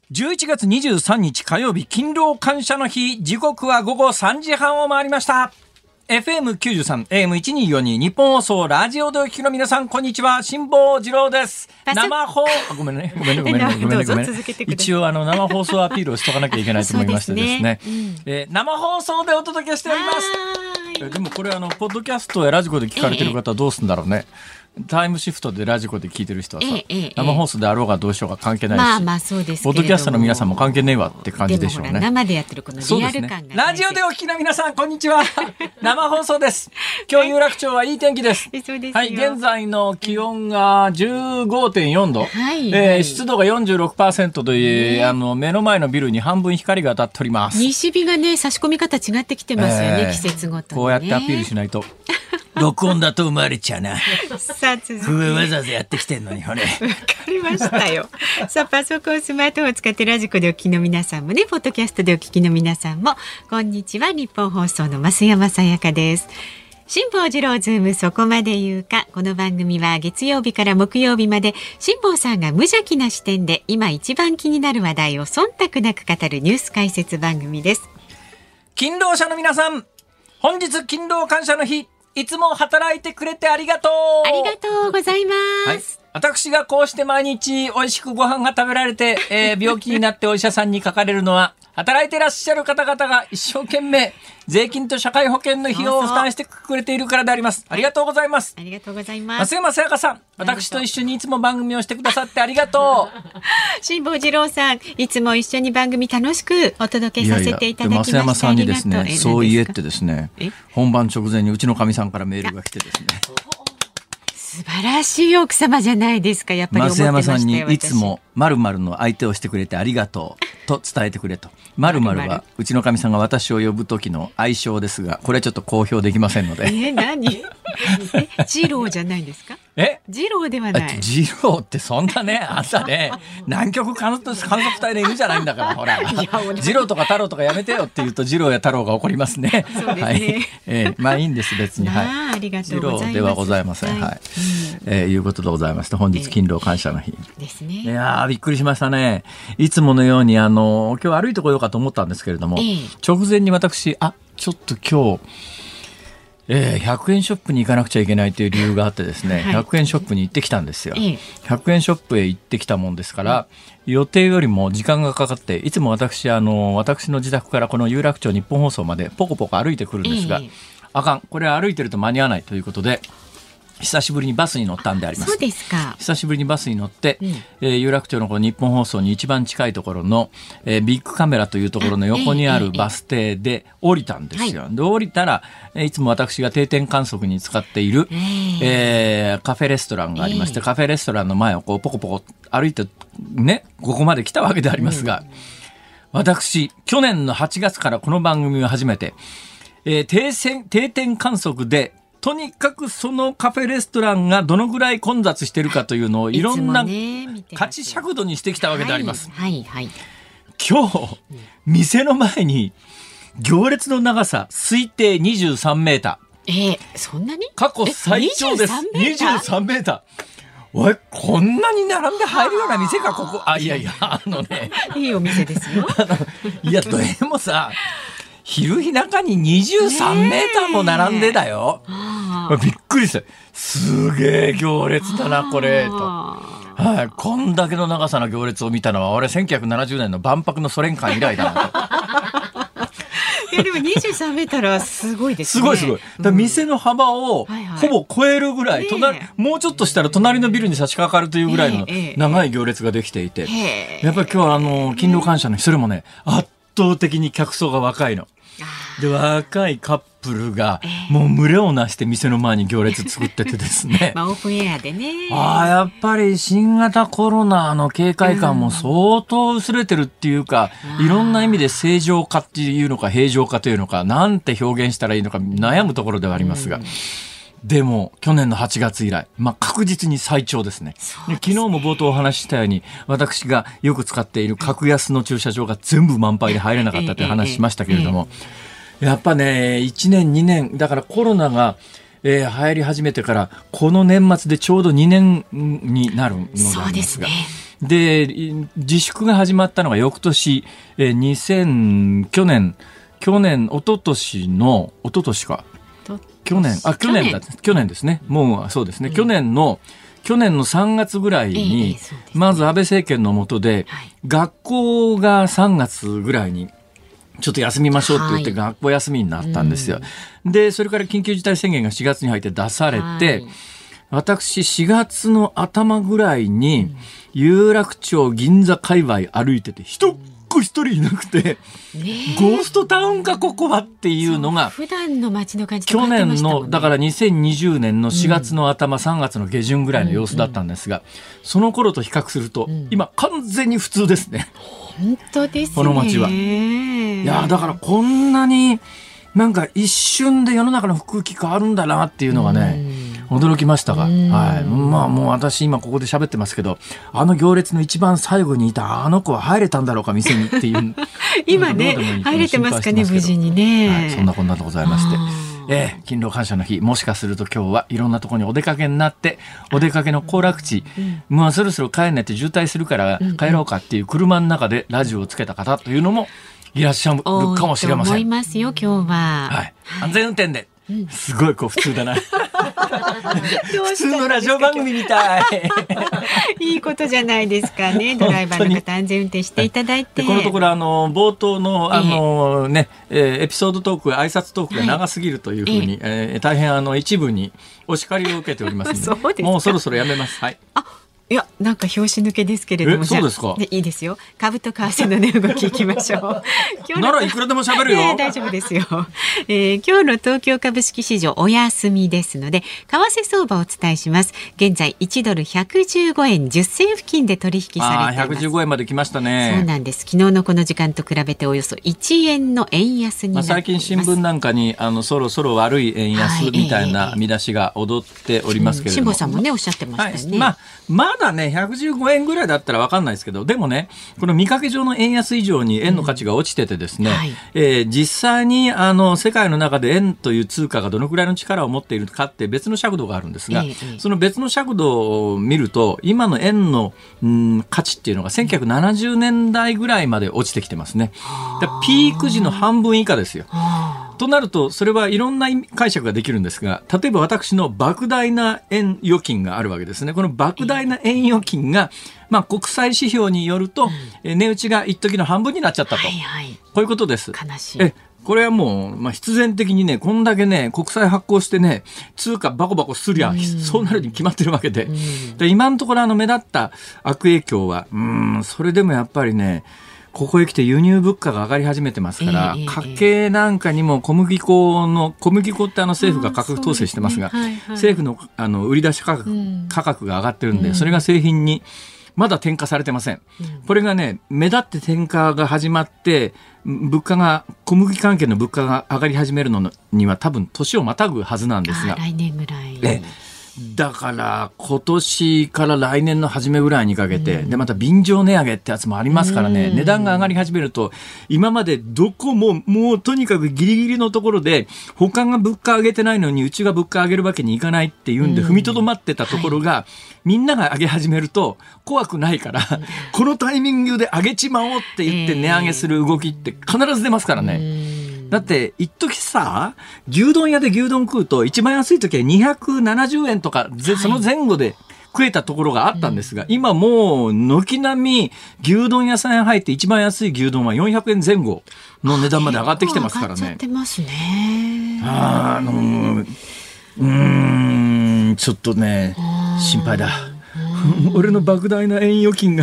11月23日火曜日、勤労感謝の日。時刻は午後3時半を回りました。 FM93 AM1242 日本放送ラジオでお聞きの皆さん、こんにちは。辛坊治郎です。生放ごめんね一応生放送アピールをしとかなきゃいけないと思いましてですね、生放送でお届けしております。でもこれポッドキャストやラジコで聞かれてる方はどうするんだろうね。タイムシフトでラジコで聞いてる人はさ、生放送であろうがどうしようが関係ないし、 そうですけれども、 ポッドキャストの皆さんも関係ねえわって感じでしょうね。 でもほら生でやってるこのリアル感が、ね、 ラジオでお聞きの皆さん、こんにちは。生放送です。今日有楽町はいい天気です。 そうですよ。 はい、現在の気温が 15.4 度、湿度が 46% という、目の前のビルに半分光が当たっております。 西日がね、差し込み方違ってきてますよね、季節ごとにね。 こうやってアピールしないと録音だと思われちゃうな。 さあ続いて、 わざわざやってきてんのに、ほれ。わかりましたよ。さあ、パソコン、スマートフォンを使ってラジコでお聞きの皆さんもね、ポッドキャストでお聞きの皆さんも、こんにちは。日本放送の増山さやかです。辛坊治郎ズームそこまで言うか。この番組は月曜日から木曜日まで、辛坊さんが無邪気な視点で今一番気になる話題を忖度なく語るニュース解説番組です。 勤労者の皆さん、本日勤労感謝の日。いつも働いてくれてありがとう。 ありがとうございます。 はい、私がこうして毎日美味しくご飯が食べられて、病気になってお医者さんにかかれるのは、働いていらっしゃる方々が一生懸命税金と社会保険の費用を負担してくれているからであります。ありがとうございます。 ありがとうございます。 増山さやかさん、私と一緒にいつも番組をしてくださってありがとう。辛坊治郎さん、いつも一緒に番組楽しくお届けさせていただきました。 増山さんにですね、そう言えってですね、本番直前にうちのかみさんからメールが来てですね、 素晴らしい奥様じゃないですか。やっぱり思ってましたよ。 増山さんにいつも〇〇の相手をしてくれてありがとうと伝えてくれと。〇〇はうちのかみさんが私を呼ぶ時の愛称ですが、これはちょっと公表できませんので。 何？ジローじゃないんですか？ジローではない。 ジローってそんなね、あんたね、南極観測隊でいるじゃないんだから、ほら。ジローとか太郎とかやめてよって言うと、ジローや太郎が怒りますね。 そうですね。 はい。まあいいんです、別に。はい。 ありがとうございます。 ジローではございません。はい。いうことでございまして、本日勤労感謝の日。 ですね。 いやー、びっくりしましたね。いつものように、今日歩いてこようかと思ったんですけれども、直前に私、ちょっと今日、100円ショップに行かなくちゃいけないという理由があってですね、100円ショップに行ってきたんですよ。100円ショップへ行ってきたもんですから、予定よりも時間がかかって、いつも私の自宅からこの有楽町日本放送までポコポコ歩いてくるんですが、あかん、これ歩いてると間に合わないということで、久しぶりにバスに乗ったんであります。 そうですか。 久しぶりにバスに乗って、有楽町のこの日本放送に一番近いところの、ビッグカメラというところの横にあるバス停で降りたんですよ。で、降りたら、いつも私が定点観測に使っている、カフェレストランがありまして、カフェレストランの前をこうポコポコ歩いてね、ここまで来たわけでありますが、私、去年の8月からこの番組を始めて、定点観測でとにかくそのカフェレストランがどのぐらい混雑しているかというのをいろんな価値尺度にしてきたわけであります。今日、店の前に行列の長さ推定23メーター。そんなに？ 過去最長です。23メーター。おい、こんなに並んで入るような店か、ここ。いやいや、 いいお店ですよ。 いや、でもさ、昼日中に23メーターも並んでだよ。びっくりした。すげえ行列だな、これ。と。はい。こんだけの長さの行列を見たのは、俺1970年の万博のソ連館以来だなと。 でも23メートルはすごいですね。 すごい。だ店の幅をほぼ超えるぐらい、もうちょっとしたら隣のビルに差し掛かるというぐらいの長い行列ができていて、やっぱり今日は勤労感謝の日、それもね、圧倒的に客層が若いの。で、若いカップルがもう群れをなして店の前に行列作っててですね。 オープンエアでね。 やっぱり新型コロナの警戒感も相当薄れてるっていうか、いろんな意味で正常化っていうのか平常化というのか、なんて表現したらいいのか悩むところではありますが。でも去年の8月以来、確実に最長ですね。昨日も冒頭お話ししたように、私がよく使っている格安の駐車場が全部満杯で入れなかったという話しましたけれども、やっぱね、1年2年だからコロナが流行り始めてからこの年末でちょうど2年になるのでありますが、 で自粛が始まったのが翌年、去年一昨年の一昨年か去年ですね。もうそうですね、去年の3月ぐらいに、まず安倍政権の下で、学校が3月ぐらいにちょっと休みましょうって言って学校休みになったんですよ。でそれから緊急事態宣言が4月に入って出されて、私4月の頭ぐらいに有楽町銀座界隈歩いてて一人いなくて、ゴーストタウンかここはっていうのが普段の街の感じと去変わってましたもんね。 年のだから2020年の4月の頭、3月の下旬ぐらいの様子だったんですが、その頃と比較すると、今完全に普通ですね。 本当ですね、 この街は。いやだからこんなになんか一瞬で世の中の空気変わるんだなっていうのがね、驚きましたが、まあもう私今ここで喋ってますけど、あの行列の一番最後にいたあの子は入れたんだろうか店にっていう今ね入れてますかね無事にね、 そんなこんなでございまして、勤労感謝の日、もしかすると今日はいろんなところにお出かけになって、お出かけの行楽地、もうそろそろ帰んないと渋滞するから帰ろうかっていう車の中でラジオをつけた方というのもいらっしゃるかもしれません。 思いますよ今日は、 安全運転で、すごいこう普通だな普通のラジオ番組みたいいいことじゃないですかね。ドライバーの方安全運転していただいて、 このところ冒頭のエピソードトーク、挨拶トークが長すぎるというふうに、大変一部にお叱りを受けておりますのでもうそろそろやめます。 いやなんか拍子抜けですけれども、 そうですか。 いいですよ。株と為替の値動きいきましょう。今日ならいくらでも喋るよ。 大丈夫ですよ。今日の東京株式市場お休みですので、為替相場をお伝えします。現在1ドル115円10銭付近で取引されています。 115円まで来ましたね。 そうなんです。昨日のこの時間と比べておよそ1円の円安になっています。 最近新聞なんかにそろそろ悪い円安みたいな見出しが踊っておりますけれども、 辛坊さんもねおっしゃってましたよね。 まだね115円ぐらいだったら分かんないですけど、でもねこの見かけ上の円安以上に円の価値が落ちててですね、実際に世界の中で円という通貨がどのくらいの力を持っているかって別の尺度があるんですが、その別の尺度を見ると今の円の、価値っていうのが1970年代ぐらいまで落ちてきてますね。ピーク時の半分以下ですよ。となるとそれはいろんな解釈ができるんですが、例えば私の莫大な円預金があるわけですね。この莫大な円預金が、国際指標によると、値打ちが一時の半分になっちゃったと、こういうことです。 悲しい。 これはもう、必然的にねこんだけね国債発行してね通貨バコバコすりゃ、そうなるに決まってるわけで、今のところ目立った悪影響はそれでもやっぱりねここへ来て輸入物価が上がり始めてますから、家計なんかにも小麦粉って政府が価格統制してますが、政府の売り出し価格が上がってるんで、それが製品にまだ転嫁されてません。これがね目立って転嫁が始まって小麦関係の物価が上がり始めるのには多分年をまたぐはずなんですが、 来年ぐらいだから今年から来年の初めぐらいにかけて、でまた便乗値上げってやつもありますからね、値段が上がり始めると今までどこももうとにかくギリギリのところで他が物価上げてないのにうちが物価上げるわけにいかないっていうんで踏みとどまってたところが、みんなが上げ始めると怖くないから、このタイミングで上げちまおうって言って値上げする動きって必ず出ますからね。だって一時さ牛丼屋で牛丼食うと一番安い時は270円とか、その前後で食えたところがあったんですが、今もう軒並み牛丼屋さんに入って一番安い牛丼は400円前後の値段まで上がってきてますからね。 上がっちゃってますね。 ちょっとね心配だ俺の莫大な円預金が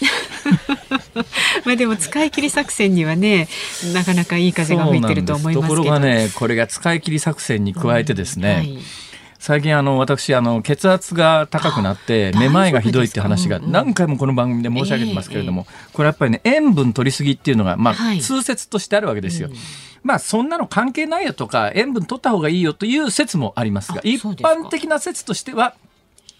でも使い切り作戦にはねなかなかいい風が吹いてると思いますけど、 ところがねこれが使い切り作戦に加えてですね、最近私血圧が高くなってめまいがひどいって話が何回もこの番組で申し上げてますけれども、これやっぱりね塩分取りすぎっていうのが通説としてあるわけですよ。そんなの関係ないよとか塩分取った方がいいよという説もありますが、一般的な説としては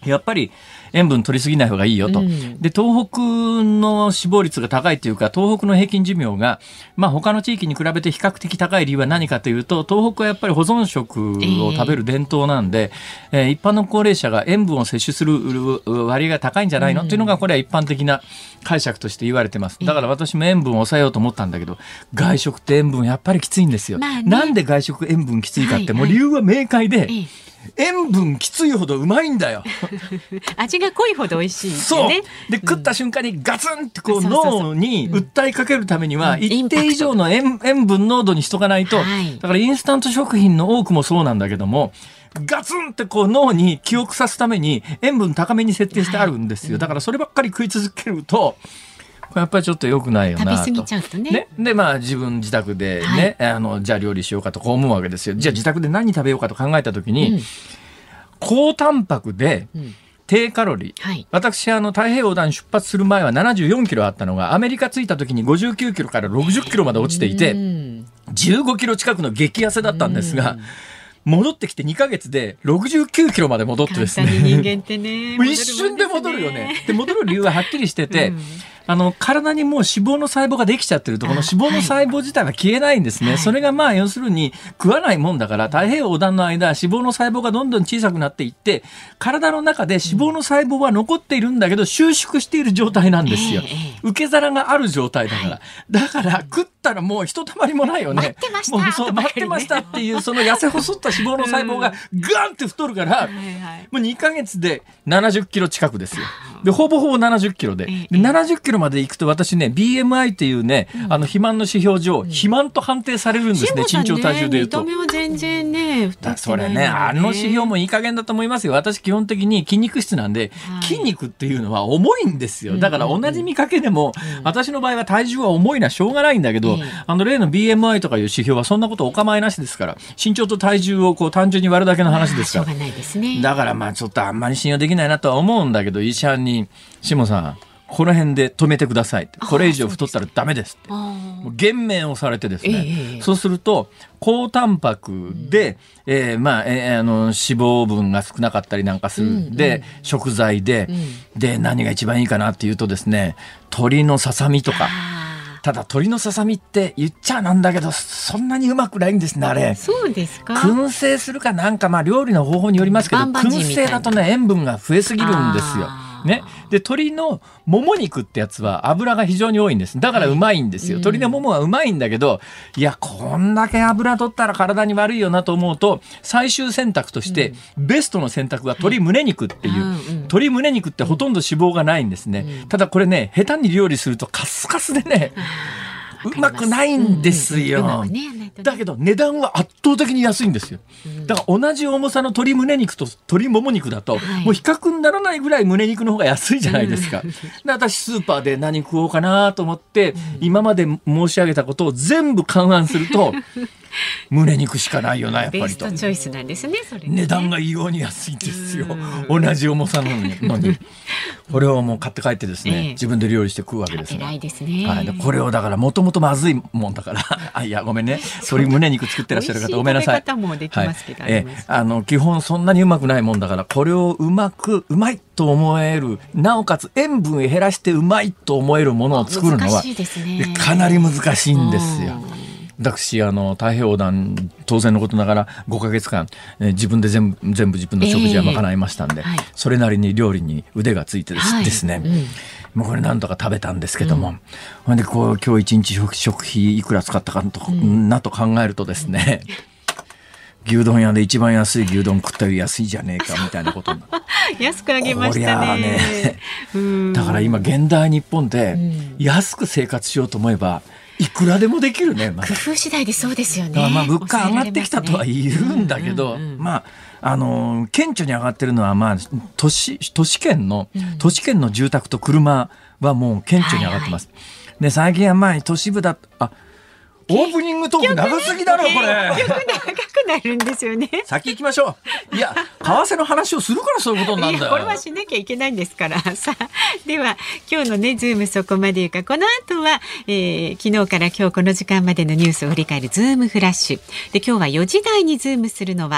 やっぱり塩分取りすぎない方がいいよと。で、東北の死亡率が高いというか、東北の平均寿命が、他の地域に比べて比較的高い理由は何かというと、東北はやっぱり保存食を食べる伝統なんで、一般の高齢者が塩分を摂取する割合が高いんじゃないのっていうのが、これは一般的な解釈として言われてます。だから私も塩分を抑えようと思ったんだけど、外食って塩分やっぱりきついんですよ。なんで外食塩分きついかって、もう理由は明快で、塩分きついほどうまいんだよ。 味が濃いほど美味しいですよね。 そうで、食った瞬間にガツンってこう脳に訴えかけるためには一定以上の塩分濃度にしとかないと、だからインスタント食品の多くもそうなんだけども、ガツンってこう脳に記憶さすために塩分高めに設定してあるんですよ。だからそればっかり食い続けるとやっぱりちょっと良くないよなと。 食べ過ぎちゃうとね。 で、自分でね、じゃあ料理しようかとこう思うわけですよ。じゃあ自宅で何食べようかと考えたときに、高タンパクで低カロリー。私、太平洋横断出発する前は74キロあったのが、アメリカ着いた時に59キロから60キロまで落ちていて、15キロ近くの激痩せだったんですが、戻ってきて2ヶ月で69キロまで戻ってですね。 人間ってね。 一瞬で戻るよね。で、戻る理由ははっきりしてて、体にもう脂肪の細胞ができちゃってると、この脂肪の細胞自体は消えないんですね。それが要するに食わないもんだから、太平洋横断の間、脂肪の細胞がどんどん小さくなっていって、体の中で脂肪の細胞は残っているんだけど、収縮している状態なんですよ。受け皿がある状態だから。だから食ったらもうひとたまりもないよね。 待ってました。 もうそう待ってましたっていう、その痩せ細った脂肪の細胞がガンって太るから、もう2ヶ月で70キロ近くですよ。で、ほぼほぼ70キロで。で、70キロまで行くと私ね、BMI っていうね、肥満の指標上、肥満と判定されるんですね、身長体重でいうと。 見た目は全然ね、太ってない。 それね、指標もいい加減だと思いますよ。私基本的に筋肉質なんで、筋肉っていうのは重いんですよ。だから同じ見かけでも、私の場合は体重は重いのはしょうがないんだけど、例の BMI とかいう指標はそんなことお構いなしですから、身長と体重をこう単純に割るだけの話ですから。 しょうがないですね。 だからちょっとあんまり信用できないなとは思うんだけど、医者に、下さん、この辺で止めてくださいって。これ以上太ったらダメですって。もう減免をされてですね。そうすると、高タンパクで、脂肪分が少なかったりなんかする。で、食材で、で、何が一番いいかなっていうとですね、鶏のささみとか。ただ鶏のささみって言っちゃなんだけど、そんなにうまくないんですね、あれ。 そうですか。 燻製するかなんか、料理の方法によりますけど、燻製だとね、塩分が増えすぎるんですよ。ね。で、鶏のもも肉ってやつは油が非常に多いんです。だからうまいんですよ。鶏のももはうまいんだけど、いや、こんだけ油取ったら体に悪いよなと思うと、最終選択として、ベストの選択が鶏胸肉っていう。鶏胸肉ってほとんど脂肪がないんですね。ただこれね、下手に料理するとカスカスでね、うまくないんですよ。だけど値段は圧倒的に安いんですよ。だから同じ重さの鶏胸肉と鶏もも肉だと、もう比較にならないぐらい胸肉の方が安いじゃないですか。で、私スーパーで何食おうかなと思って、今まで申し上げたことを全部勘案すると、胸肉しかないよな、やっぱりと。 ベストチョイスなんですね、それね。 値段が異様に安いんですよ。同じ重さなのに。これをもう買って帰ってですね、自分で料理して食うわけです。 偉いですね。 でこれをだからもともとまずいもんだからいやごめんね、鶏胸肉作ってらっしゃる方ごめんなさい。 美味しい食べ方もできますけど、 基本そんなにうまくないもんだから、これをうまいと思える、なおかつ塩分を減らしてうまいと思えるものを作るのはかなり難しいんですよ。私太平洋横断当然のことながら5ヶ月間、自分で全部自分の食事は賄いましたんで、それなりに料理に腕がついてですね、もうこれなんとか食べたんですけども、でこう今日一日食費いくら使ったかと考えるとですね、牛丼屋で一番安い牛丼食ったより安いじゃねえかみたいなことに安くあげましたね。 だから今現代日本で安く生活しようと思えばいくらでもできるね。 工夫次第でそうですよね。 物価上がってきたとは言うんだけど、顕著に上がってるのは都市圏の住宅と車はもう顕著に上がってます。で最近は都市部だオープニングトーク長すぎだろこれ。 長くなるんですよね。 先行きましょう。いや為替の話をするからそういうことなんだよ。 これはしなきゃいけないんですからさあ、では今日のねズームそこまで言うか、この後は、昨日から今日この時間までのニュースを振り返るズームフラッシュで、今日は4時台にズームするのは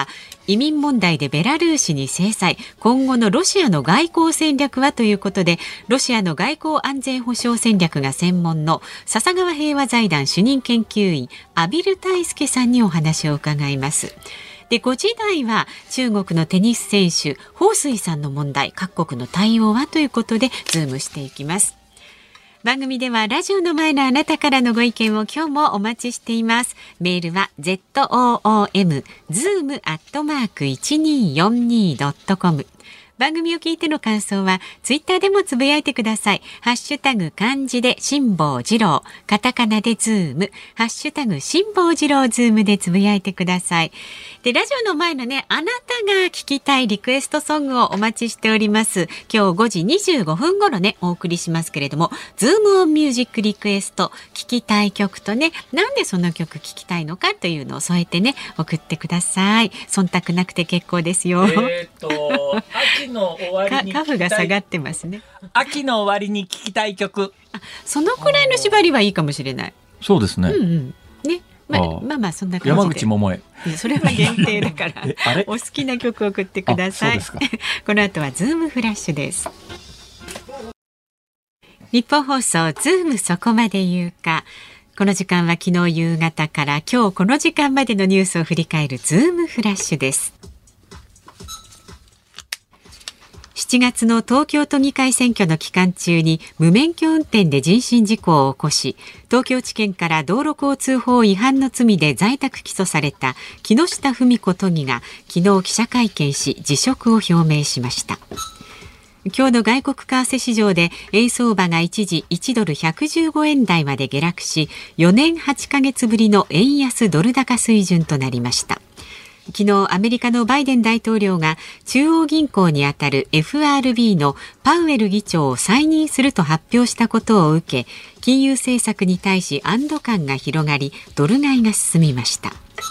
移民問題でベラルーシに制裁、今後のロシアの外交戦略はということで、ロシアの外交安全保障戦略が専門の笹川平和財団主任研究員畔蒜泰助さんにお話を伺います。で、5時台は中国のテニス選手彭帥さんの問題、各国の対応はということでズームしていきます。番組ではラジオの前のあなたからのご意見を今日もお待ちしています。メールは zoom@1242.com。番組を聞いての感想はツイッターでもつぶやいてください。ハッシュタグ漢字で辛坊治郎、カタカナでズーム、ハッシュタグ辛坊治郎ズームでつぶやいてください。で、ラジオの前のね、あなたが聞きたいリクエストソングをお待ちしております。今日5時25分頃ね、お送りしますけれども、ズームオンミュージックリクエスト、聞きたい曲とね、なんでその曲聞きたいのかというのを添えてね、送ってください。忖度なくて結構ですよ。 秋の終わりにカフが下がってますね。 秋の終わりに聞きたい曲。 そのくらいの縛りはいいかもしれない。 そうですね。 ね。まあそんな感じで。 山口百恵。 それは限定だからお好きな曲を送ってください。この後はズームフラッシュです。日本放送ズームそこまで言うか。この時間は昨日夕方から今日この時間までのニュースを振り返るズームフラッシュです。7月の東京都議会選挙の期間中に無免許運転で人身事故を起こし、東京地検から道路交通法違反の罪で在宅起訴された木下富美子都議が昨日記者会見し辞職を表明しました。今日の外国為替市場で円相場が一時1ドル115円台まで下落し、4年8ヶ月ぶりの円安ドル高水準となりました。昨日アメリカのバイデン大統領が中央銀行にあたる FRB のパウエル議長を再任すると発表したことを受け、金融政策に対し安堵感が広がりドル買いが進みました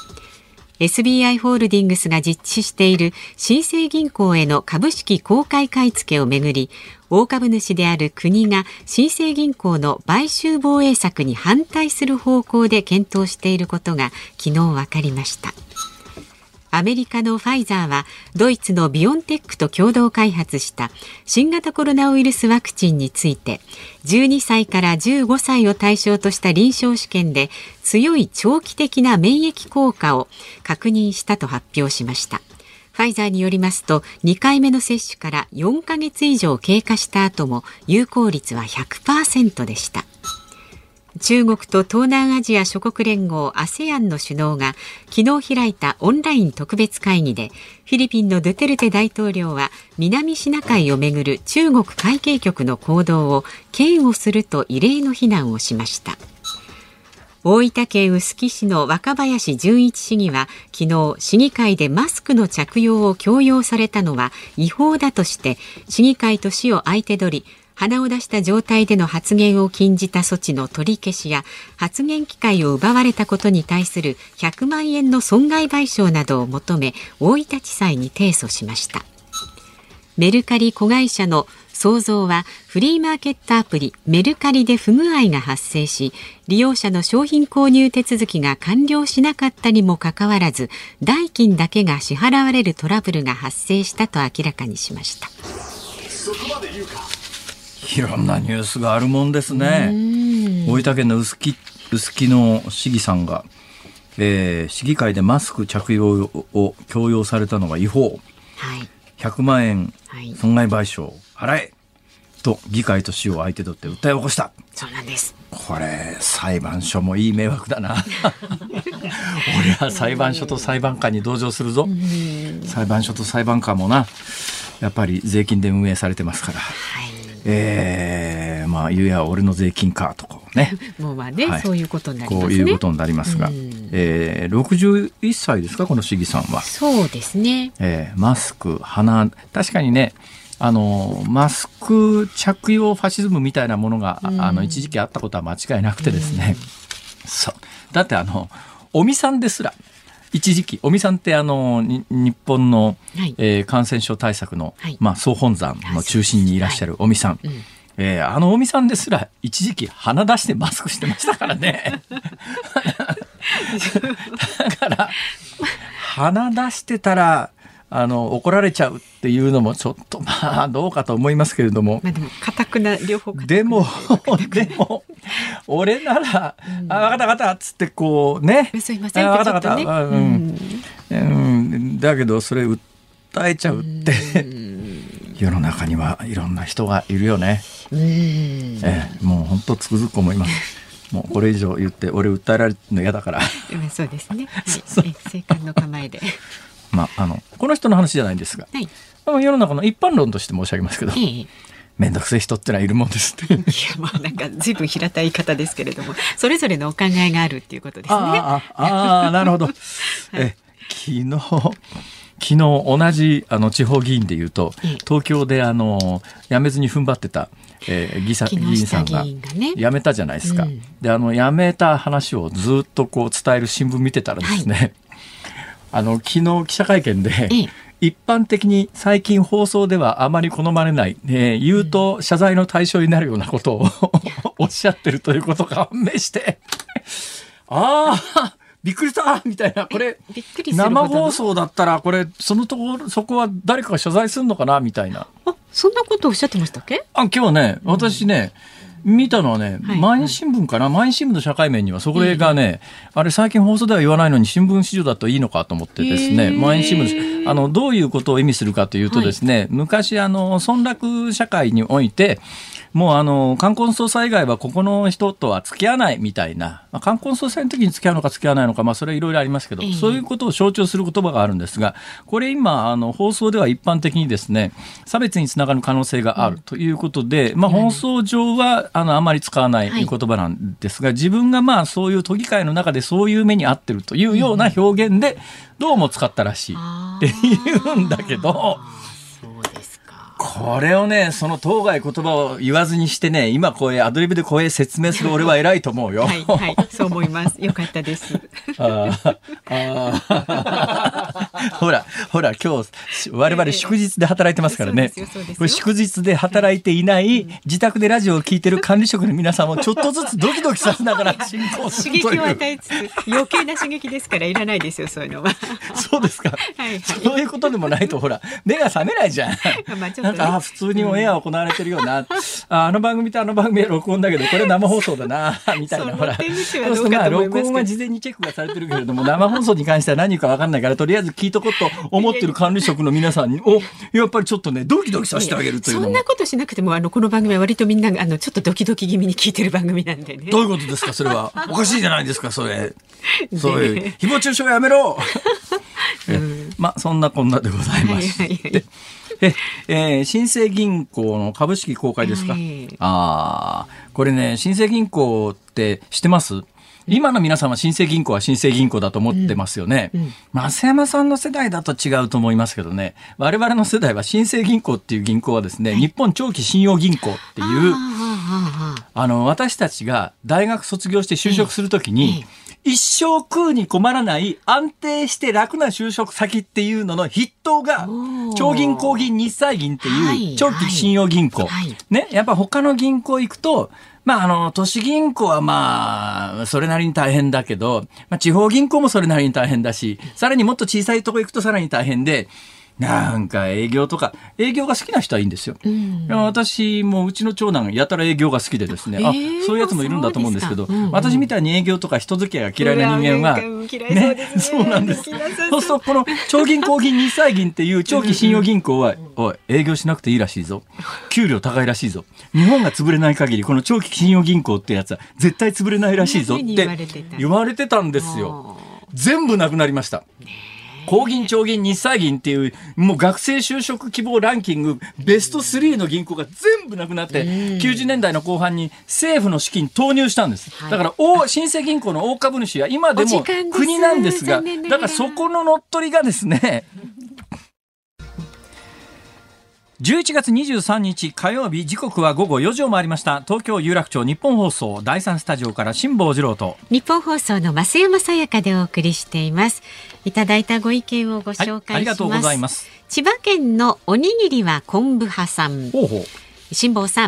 。SBI ホールディングスが実施している新生銀行への株式公開買い付けをめぐり、大株主である国が新生銀行の買収防衛策に反対する方向で検討していることが昨日分かりました。アメリカのファイザーはドイツのビオンテックと共同開発した新型コロナウイルスワクチンについて12歳から15歳を対象とした臨床試験で強い長期的な免疫効果を確認したと発表しました。ファイザーによりますと2回目の接種から4ヶ月以上経過した後も有効率は 100% でした。中国と東南アジア諸国連合 ASEAN の首脳が昨日開いたオンライン特別会議で、フィリピンのドゥテルテ大統領は南シナ海をめぐる中国海警局の行動を嫌悪すると異例の非難をしました。大分県臼杵市の若林純一市議は昨日市議会でマスクの着用を強要されたのは違法だとして市議会と市を相手取り、鼻を出した状態での発言を禁じた措置の取り消しや発言機会を奪われたことに対する100万円の損害賠償などを求め大分地裁に提訴しました。メルカリ子会社の創造はフリーマーケットアプリメルカリで不具合が発生し、利用者の商品購入手続きが完了しなかったにもかかわらず代金だけが支払われるトラブルが発生したと明らかにしました。 そこまで言うか。いろんなニュースがあるもんですね。大分県の臼杵の市議さんが、市議会でマスク着用を強要されたのが違法、100万円損害賠償払えと議会と市を相手取って訴えを起こした。 そうなんです。 これ裁判所もいい迷惑だな俺は裁判所と裁判官に同情するぞ。裁判所と裁判官もな、やっぱり税金で運営されてますから、まあ言うや俺の税金かとかねもうまあね、そういうことになりますね。 こういうことになりますが、61歳ですかこの市議さんは。 そうですね、 マスク鼻、確かにね、マスク着用ファシズムみたいなものが、一時期あったことは間違いなくてですね、そうだって尾身さんですら一時期、尾身さんって日本の、感染症対策の、総本山の中心にいらっしゃる尾身さん、尾身さんですら一時期鼻出してマスクしてましたからねだから鼻出してたら怒られちゃうっていうのもちょっとどうかと思いますけれども、 でも固くな両方でも俺なら分かった分かったっつってこうね、 すいませんってちょっとね、 だけどそれ訴えちゃうって世の中にはいろんな人がいるよね。もう本当つくづく思います。もうこれ以上言って俺訴えられるの嫌だからそうですね、正解の構えでこの人の話じゃないんですが、世の中の一般論として申し上げますけど、めんどくせえ人ってのはいるもんですって。いやなんか随分平たい言い方ですけれども、それぞれのお考えがあるっていうことですね。 なるほど。昨日同じ地方議員でいうと、東京で辞めずに踏ん張ってた、議員さんが辞めたじゃないですか。で辞めた話をずっとこう伝える新聞見てたらですね、昨日記者会見で、一般的に最近放送ではあまり好まれない、言うと謝罪の対象になるようなことをおっしゃってるということが判明してびっくりしたみたいな、これ生放送だったらこれそこは誰かが謝罪するのかなみたいな。 そんなことをおっしゃってましたっけ？ 今日ね、私ね、見たのはね、毎日新聞かな、毎日新聞の社会面にはそれがね、あれ最近放送では言わないのに新聞市場だといいのかと思ってですね、毎日新聞どういうことを意味するかというとですね、昔村落社会においてもう冠婚葬祭以外はここの人とは付き合わないみたいな、冠婚葬祭の時に付き合うのか付き合わないのか、それはいろいろありますけど、そういうことを象徴する言葉があるんですが、これ今放送では一般的にですね、差別につながる可能性があるということで、放送上はあまり使わない言葉なんですが、自分がそういう都議会の中でそういう目に遭ってるというような表現でどうも使ったらしいって言うんだけど、これをね、その当該言葉を言わずにしてね、今こうアドリブでこう説明する俺は偉いと思うよ。 そう思います。よかったです。 ほら今日我々祝日で働いてますからね。これ祝日で働いていない自宅でラジオを聞いてる管理職の皆さんもちょっとずつドキドキさせながら進行するという。 刺激を与えつつ余計な刺激ですからいらないですよ、そういうのは。 そうですか。そういうことでもないとほら目が覚めないじゃん。なんか普通にオンエア行われてるような、あの番組とあの番組は録音だけどこれ生放送だなみたいな、ほら録音は事前にチェックがされてるけれども生放送に関しては何か分かんないからとりあえず聞いとこうと思ってる管理職の皆さんにやっぱりちょっとねドキドキさせてあげるというのも。 そんなことしなくてもこの番組は割とみんなちょっとドキドキ気味に聞いてる番組なんでね。 どういうことですかそれは。おかしいじゃないですかそれ。そういう誹謗中傷やめろそんなこんなでございます。新生銀行の株式公開ですか。これね、新生銀行って知ってます？今の皆さんは新生銀行は新生銀行だと思ってますよね。増山さんの世代だと違うと思いますけどね、我々の世代は新生銀行っていう銀行はですね、日本長期信用銀行っていう私たちが大学卒業して就職するときに、一生食うに困らない安定して楽な就職先っていうのの筆頭が長銀行銀日債銀っていう長期信用銀行、ね、やっぱ他の銀行行くと都市銀行はそれなりに大変だけど、地方銀行もそれなりに大変だし、さらにもっと小さいとこ行くとさらに大変で、なんか営業が好きな人はいいんですよ。私もうちの長男やたら営業が好きでですね、そういうやつもいるんだと思うんですけど、私みたいに営業とか人付き合いが嫌いな人間はそうなんです。そうするとこの長銀行銀日債銀っていう長期信用銀行は営業しなくていいらしいぞ、給料高いらしいぞ、日本が潰れない限りこの長期信用銀行ってやつは絶対潰れないらしいぞって言われてたんですよ。全部なくなりました。高銀長銀日債銀っていうもう学生就職希望ランキングベスト3の銀行が全部なくなって、90年代の後半に政府の資金投入したんです。だから新生銀行の大株主は今でも国なんですが、だからそこの乗っ取りがですね11月23日火曜日、時刻は午後4時を回りました。東京有楽町日本放送第3スタジオから辛坊治郎と日本放送の増山さやかでお送りしています。いただいたご意見をご紹介します。 ありがとうございます。 千葉県のおにぎりは昆布派さん。辛坊さん、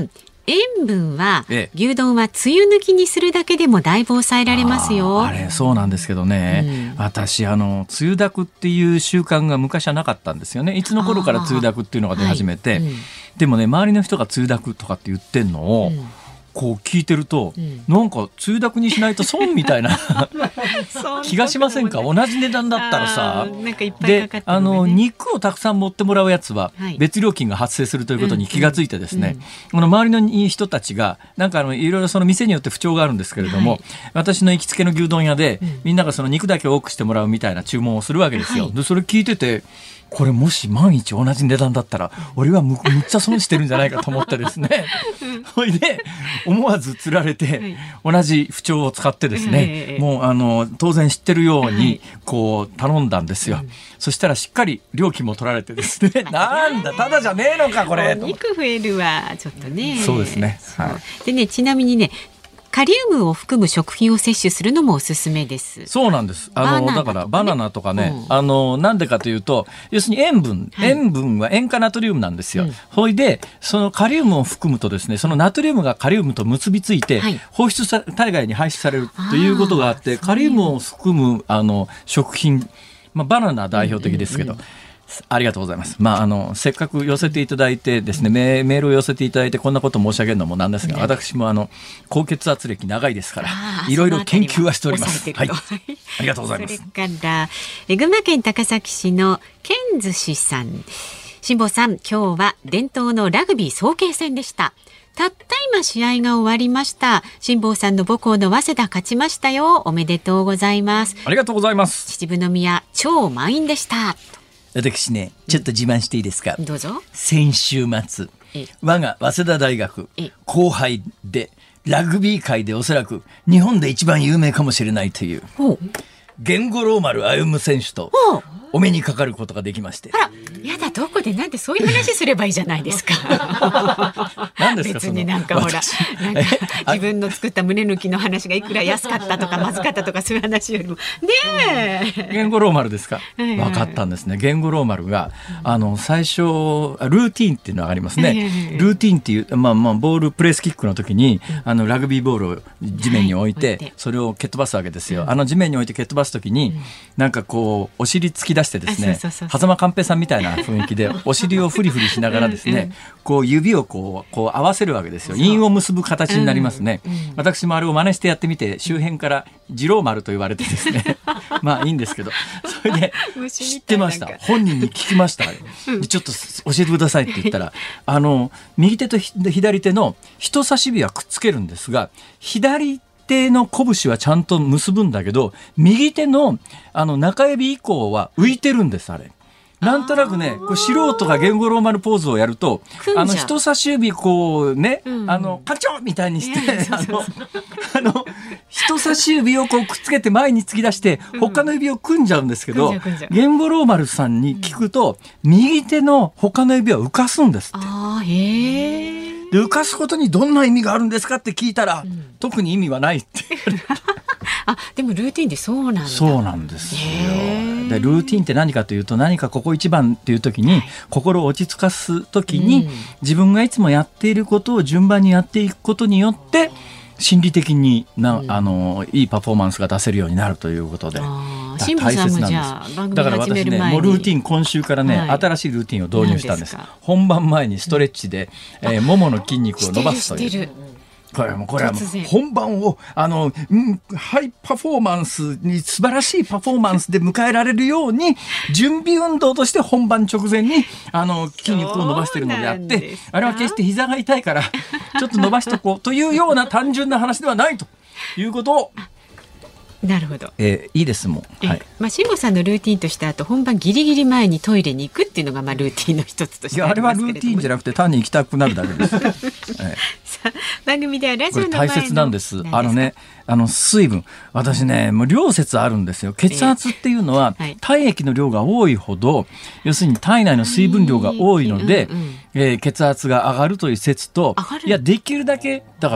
塩分は、牛丼はつゆ抜きにするだけでもだいぶ抑えられますよ。 あれそうなんですけどね、私つゆだくっていう習慣が昔はなかったんですよね。いつの頃からつゆだくっていうのが出始めて、でもね周りの人がつゆだくとかって言ってんのを、こう聞いてると、なんかつゆだくにしないと損みたいな気がしませんか。同じ値段だったらさ、 なんかいっぱいかかってるのね。 で肉をたくさん持ってもらうやつは別料金が発生するということに気がついてですね、この周りの人たちがなんかいろいろその店によって不調があるんですけれども、私の行きつけの牛丼屋で、みんながその肉だけ多くしてもらうみたいな注文をするわけですよ。でそれ聞いてて、これもし万一同じ値段だったら俺はむっちゃ損してるんじゃないかと思ってですねそれで思わずつられて、同じ不調を使ってですね、もう当然知ってるようにこう頼んだんですよ。そしたらしっかり料金も取られてですねなんだただじゃねえのかこれ。 肉増えるはちょっとね。 そうですね、 でね、ちなみにねカリウムを含む食品を摂取するのもおすすめです。 そうなんです。だからバナナとかね、なんでかというと、要するに塩分は塩化ナトリウムなんですよ。ほいでそのカリウムを含むとですね、そのナトリウムがカリウムと結びついて、放出体外に排出されるということがあって、カリウムを含む食品、バナナ代表的ですけど、ありがとうございます。せっかく寄せていただいてですね、メールを寄せていただいてこんなこと申し上げるのもなんですが、私も高血圧歴長いですからいろいろ研究はしております。はい、ありがとうございます。 それから群馬県高崎市のケンズシさん、辛坊さん、今日は伝統のラグビー早慶戦でした。たった今試合が終わりました。辛坊さんの母校の早稲田勝ちましたよ。おめでとうございます。 ありがとうございます。 秩父宮超満員でした。 私ね、ちょっと自慢していいですか。 どうぞ。 先週末、我が早稲田大学後輩でラグビー界でおそらく日本で一番有名かもしれないという源五郎丸歩選手とお目にかかることができまして。 あら、やだ、どこでなんでそういう話すればいいじゃないですか。 何ですか別になんかほら、なんか自分の作った胸抜きの話がいくら安かったとかまずかったとかそういう話よりもねえ。 源五郎丸ですか。分かったんですね。源五郎丸が最初ルーティーンっていうのがありますね。ルーティーンっていうボールプレスキックの時にラグビーボールを地面に置いてそれを蹴っ飛ばすわけですよ。地面に置いて蹴っ飛ばす時になんかこうお尻突き出してですね、狭間寛平さんみたいな雰囲気でお尻をフリフリしながらですね、こう指をこう合わせるわけですよ。韻を結ぶ形になりますね。私もあれを真似してやってみて周辺から次郎丸と言われてですねまあいいんですけど、それで知ってました。本人に聞きました。ちょっと教えてくださいって言ったら右手と左手の人差し指はくっつけるんですが、左手の拳はちゃんと結ぶんだけど右手の中指以降は浮いてるんです。あれなんとなくね、素人が源五郎丸ポーズをやると人差し指こうね、カチョみたいにして人差し指をこうくっつけて前に突き出して他の指を組んじゃうんですけど、源五郎丸さんに聞くと右手の他の指は浮かすんですって。で浮かすことにどんな意味があるんですかって聞いたら、特に意味はないってでもルーティンでそうなんだ。 そうなんですよ。でルーティンって何かというと、何かここ一番っていう時に心を落ち着かす時に、自分がいつもやっていることを順番にやっていくことによって心理的にいいパフォーマンスが出せるようになるということで大切なんです。だから私ね、もうルーティン今週からね、新しいルーティンを導入したんです。本番前にストレッチで、ももの筋肉を伸ばすという。これはもう本番をハイパフォーマンスに素晴らしいパフォーマンスで迎えられるように準備運動として本番直前に筋肉を伸ばしているのであって、あれは決して膝が痛いからちょっと伸ばしとこうというような単純な話ではないということを。 なるほど、 いいですもん。 辛坊さんのルーティンとして、あと本番ギリギリ前にトイレに行くっていうのがルーティンの一つとしてありますけれども。いや、あれはルーティンじゃなくて単に行きたくなるだけです。 番組ではラジオの前のこれ大切なんです。水分、私ねもう量説あるんですよ。血圧っていうのは、体液の量が多いほど、要するに体内の水分量が多いので、血圧が上がるという説と、いやできるだけだから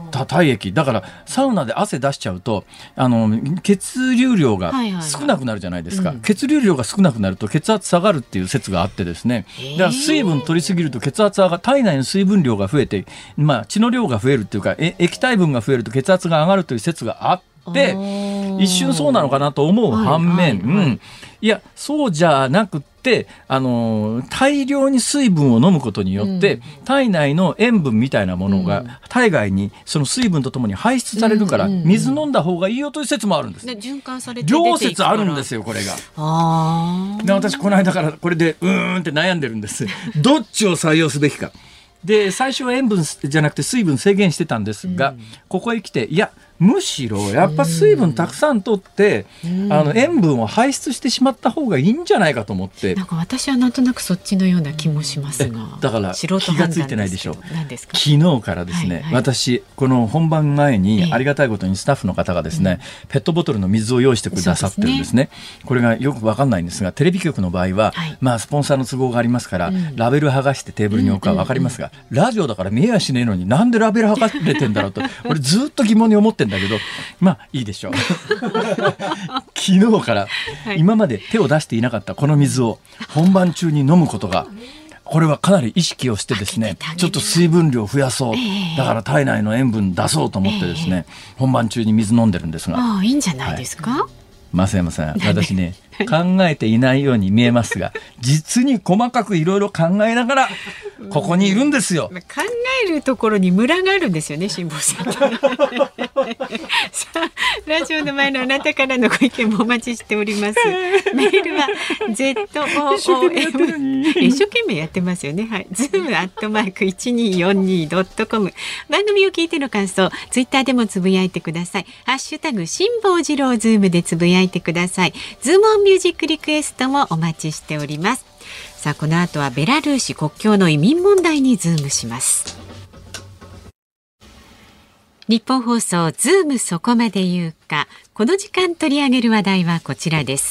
体液だからサウナで汗出しちゃうと血流量が少なくなるじゃないですか、血流量が少なくなると血圧下がるっていう説があってですね、だから水分取りすぎると血圧が体内の水分量が増えて、血の量が増えるっていうか液体分が増えると血圧が上がるという説があって一瞬そうなのかなと思う反面、いやそうじゃなくて大量に水分を飲むことによって、体内の塩分みたいなものが体外にその水分とともに排出されるから、水飲んだ方がいいよという説もあるんです。 循環されて両説あるんですよこれが。で私この間からこれでって悩んでるんです。どっちを採用すべきか。で最初は塩分じゃなくて水分制限してたんですが、ここへ来ていやむしろやっぱ水分たくさん取って、塩分を排出してしまった方がいいんじゃないかと思って。 なんか私はなんとなくそっちのような気もしますが、 だから気がついてないでしょう。 何ですか？ 昨日からですね、私この本番前にありがたいことにスタッフの方がですね、ペットボトルの水を用意してくださってるんですね。これがよく分かんないんですが、テレビ局の場合は、スポンサーの都合がありますから、ラベル剥がしてテーブルに置くか分かりますが、ラジオだから見えやしねえのになんでラベル剥がれてんだろうと俺ずっと疑問に思ってんだけどいいでしょう昨日から今まで手を出していなかったこの水を本番中に飲むことが、これはかなり意識をしてですね、ちょっと水分量増やそう、だから体内の塩分出そうと思ってですね、本番中に水飲んでるんですが、 いいんじゃないですか？ 増山さん、私ね考えていないように見えますが実に細かくいろいろ考えながらここにいるんですよ。 考えるところにムラがあるんですよね、辛坊さんさあラジオの前のあなたからのご意見もお待ちしております。メールは ZOOM 一生懸命やってますよね。zoom@1242.com 番組を聞いての感想、ツイッターでもつぶやいてください。ハッシュタグ辛坊治郎ズームでつぶやいてください。ズームオンミュージックリクエストもお待ちしております。さあこの後はベラルーシ国境の移民問題にズームします。日本放送ズームそこまで言うか。この時間取り上げる話題はこちらです。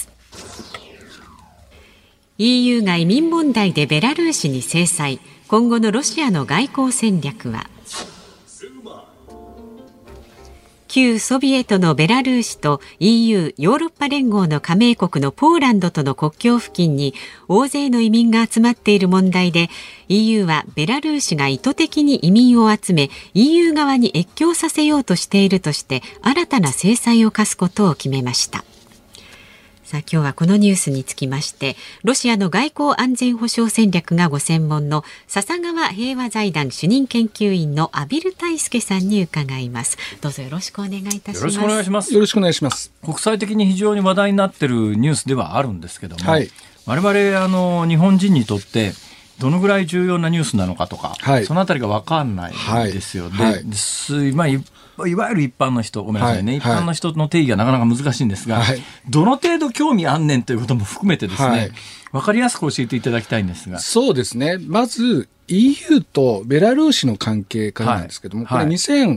EU が移民問題でベラルーシに制裁。今後のロシアの外交戦略は。旧ソビエトのベラルーシと EU ヨーロッパ連合の加盟国のポーランドとの国境付近に大勢の移民が集まっている問題で、 EU はベラルーシが意図的に移民を集め EU 側に越境させようとしているとして新たな制裁を科すことを決めました。さあ今日はこのニュースにつきまして、ロシアの外交安全保障戦略がご専門の笹川平和財団主任研究員の畔蒜泰助さんに伺います。どうぞよろしくお願いいたします。 よろしくお願いします。 よろしくお願いします。 国際的に非常に話題になっているニュースではあるんですけども、我々日本人にとってどのぐらい重要なニュースなのかとか、そのあたりが分かんないんですよ。いわゆる一般の人、ごめんなさいね、一般の人の定義がなかなか難しいんですが、どの程度興味あんねんということも含めてですね、分かりやすく教えていただきたいんですが。 そうですね。まず EU とベラルーシの関係からなんですけども、これ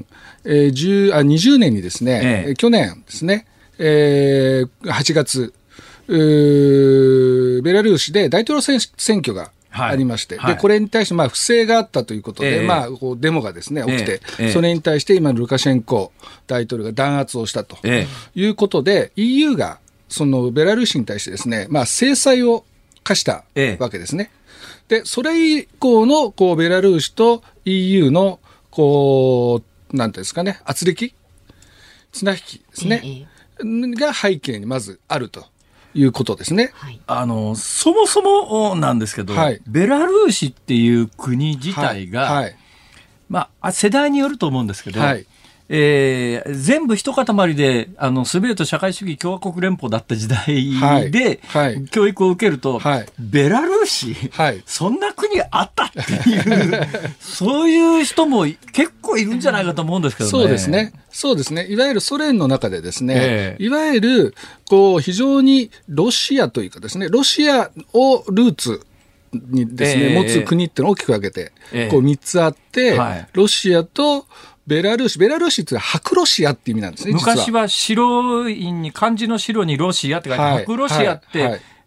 2020年にですね、去年ですね、8月ベラルーシで大統領選挙がありまして、でこれに対して不正があったということで、こうデモがですね起きて、それに対して今のルカシェンコ大統領が弾圧をしたということで、EU がそのベラルーシに対してですね、制裁を課したわけですね。でそれ以降のベラルーシと EU のなんていうんですかね、圧力綱引きですね、が背景にまずあるということですね。 そもそもなんですけど、ベラルーシっていう国自体が、世代によると思うんですけど、全部一塊でソビエト社会主義共和国連邦だった時代で、教育を受けると、ベラルーシ、そんな国あったっていうそういう人も結構いるんじゃないかと思うんですけどね。 そうですね。そうですね。いわゆるソ連の中でですね、いわゆる非常にロシアというかですね、ロシアをルーツにですね、持つ国ってのを大きく分けて、3つあって、ロシアとベラルーシっていうのは白ロシアっていう意味なんですね。 昔は白いに漢字の白にロシアって書いて白ロシアって、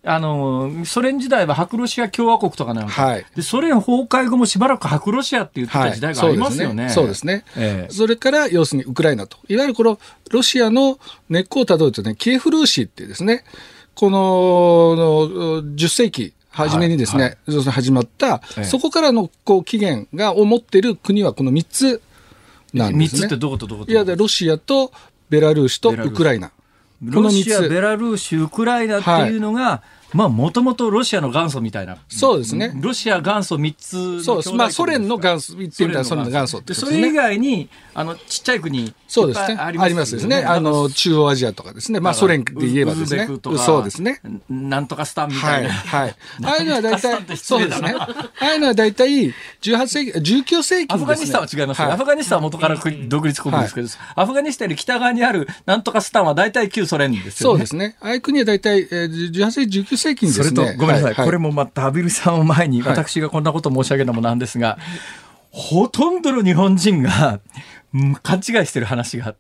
ソ連時代は白ロシア共和国とかなんか、でソ連崩壊後もしばらく白ロシアって言ってた時代がありますよね。 そうですね。それから要するにウクライナと、いわゆるこのロシアの根っこをたどるとね、キエフ・ルーシっていうですね、この10世紀初めにですね、始まった、そこからのこう起源を持っている国はこの3つなんですね。 3つってどことどこと？ いや、ロシアとベラルーシとウクライナ。 ロシア、ベラルーシ、ウクライナっていうのが、もともとロシアの元祖みたいな。 そうですね。 ロシア元祖3つ。 そうです。ソ連の元祖、言ってみたらソ連の元祖ってことですね。 それ以外に、ちっちゃい国、 そうですね。ありますですね。中央アジアとかですね。ソ連で言えばですね。そうですね。 なんとかスタンみたいな。 はい。ああいうのは大体、そうですね。ああいうのは大体、18世紀、19世紀アフガニスタンは違いますよ。アフガニスタンは元から独立国ですけど、アフガニスタンより北側にあるなんとかスタンは大体旧ソ連ですよね。 そうですね。ああいう国は大体、18世紀、19世紀にですね。 それと、ごめんなさい。これもまた、畔蒜さんを前に、私がこんなこと申し上げるのもなんですが、ほとんどの日本人が勘違いしてる話があって、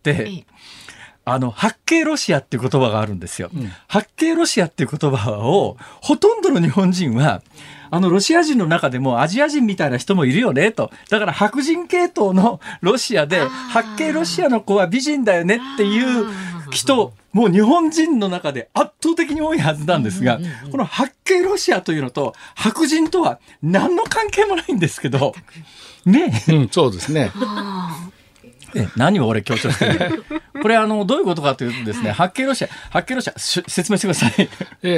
八景ロシアっていう言葉があるんですよ。八景ロシアっていう言葉を、ほとんどの日本人は、ロシア人の中でもアジア人みたいな人もいるよねと。だから白人系統のロシアで、八景ロシアの子は美人だよねっていう人、もう日本人の中で圧倒的に多いはずなんですが、この八景ロシアというのと白人とは何の関係もないんですけど、ね。 そうですね。 何を俺強調してるの？これどういうことかというとですね、八景ロシア、説明してください。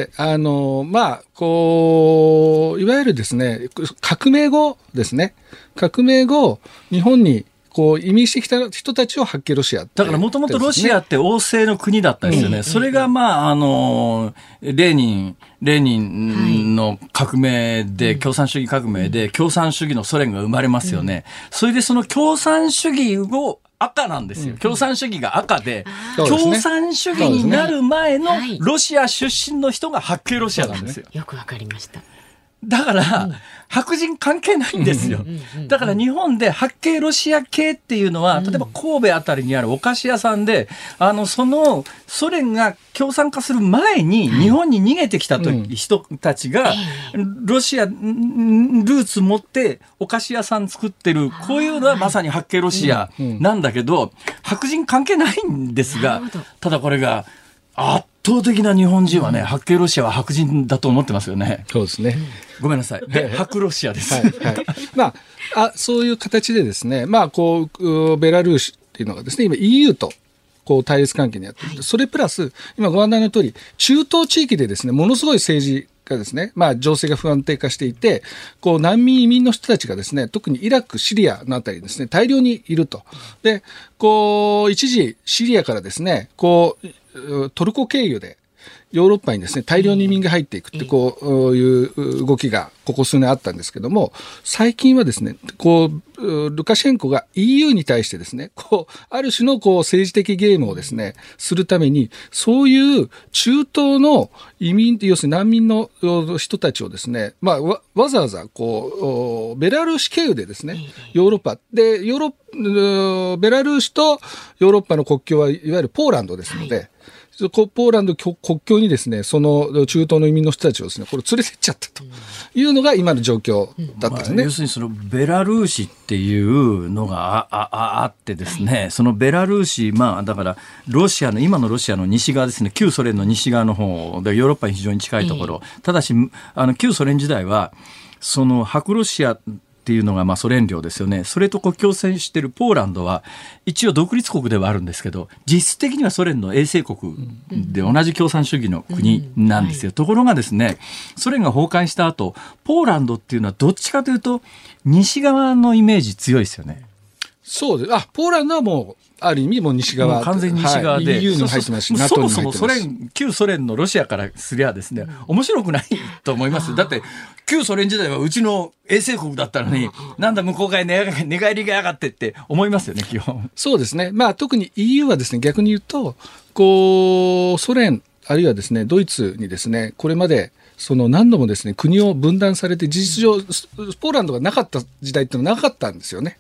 いわゆるですね、革命後ですね、革命後、日本に移民してきた人たちを八景ロシア、 だからもともとロシアって王政の国だったんですよね。それがレーニンの革命で、共産主義革命で、共産主義のソ連が生まれますよね。それでその共産主義を赤なんですよ。共産主義が赤で、共産主義になる前のロシア出身の人が八景ロシアなんですよ。 よくわかりました。 だから、白人関係ないんですよ。だから日本で八景ロシア系っていうのは、例えば神戸あたりにあるお菓子屋さんで、そのソ連が共産化する前に日本に逃げてきた人たちが、ロシアルーツ持ってお菓子屋さん作ってる、こういうのはまさに八景ロシアなんだけど、白人関係ないんですが、ただこれが、圧倒的な日本人はね、八景ロシアは白人だと思ってますよね。 そうですね。 ごめんなさい。白ロシアです。 そういう形でですね、ベラルーシっていうのがですね、今 EU と対立関係にあって、それプラス、今ご案内の通り、中東地域でですね、ものすごい政治がですね、情勢が不安定化していて、難民移民の人たちがですね、特にイラク、シリアのあたりにですね、大量にいると。で、一時シリアからですね、トルコ経由でヨーロッパにですね、大量に移民が入っていくっていう動きがここ数年あったんですけども、最近はですね、ルカシェンコが EU に対してですね、ある種の政治的ゲームをですね、するために、そういう中東の移民、要するに難民の人たちをですね、わざわざベラルーシ経由でですね、ヨーロッパで、ベラルーシとヨーロッパの国境はいわゆるポーランドですので、ポーランド国境にですね、その中東の移民の人たちをですね、これ連れてっちゃったというのが今の状況だったんですね。 要するにそのベラルーシっていうのがあってですね、そのベラルーシ、だから今のロシアの西側ですね、旧ソ連の西側の方でヨーロッパに非常に近いところ、ただし旧ソ連時代はその白ロシアっていうのがソ連領ですよね。それと国境線しているポーランドは一応独立国ではあるんですけど、実質的にはソ連の衛星国で同じ共産主義の国なんですよ。ところがですね、ソ連が崩壊した後、ポーランドっていうのはどっちかというと西側のイメージ強いですよね。 そうです。ポーランドはもうある意味もう西側、 完全に西側で、 EU に入ってますし、 そもそも旧ソ連のロシアからすりゃですね、面白くないと思います。だって旧ソ連時代はうちの衛星国だったのに、なんだ向こう側に寝返りがやがってって思いますよね、基本。 そうですね。特に EU はですね、逆に言うとソ連あるいはですねドイツにですね、これまで何度もですね国を分断されて、事実上ポーランドがなかった時代ってのはなかったんですよね。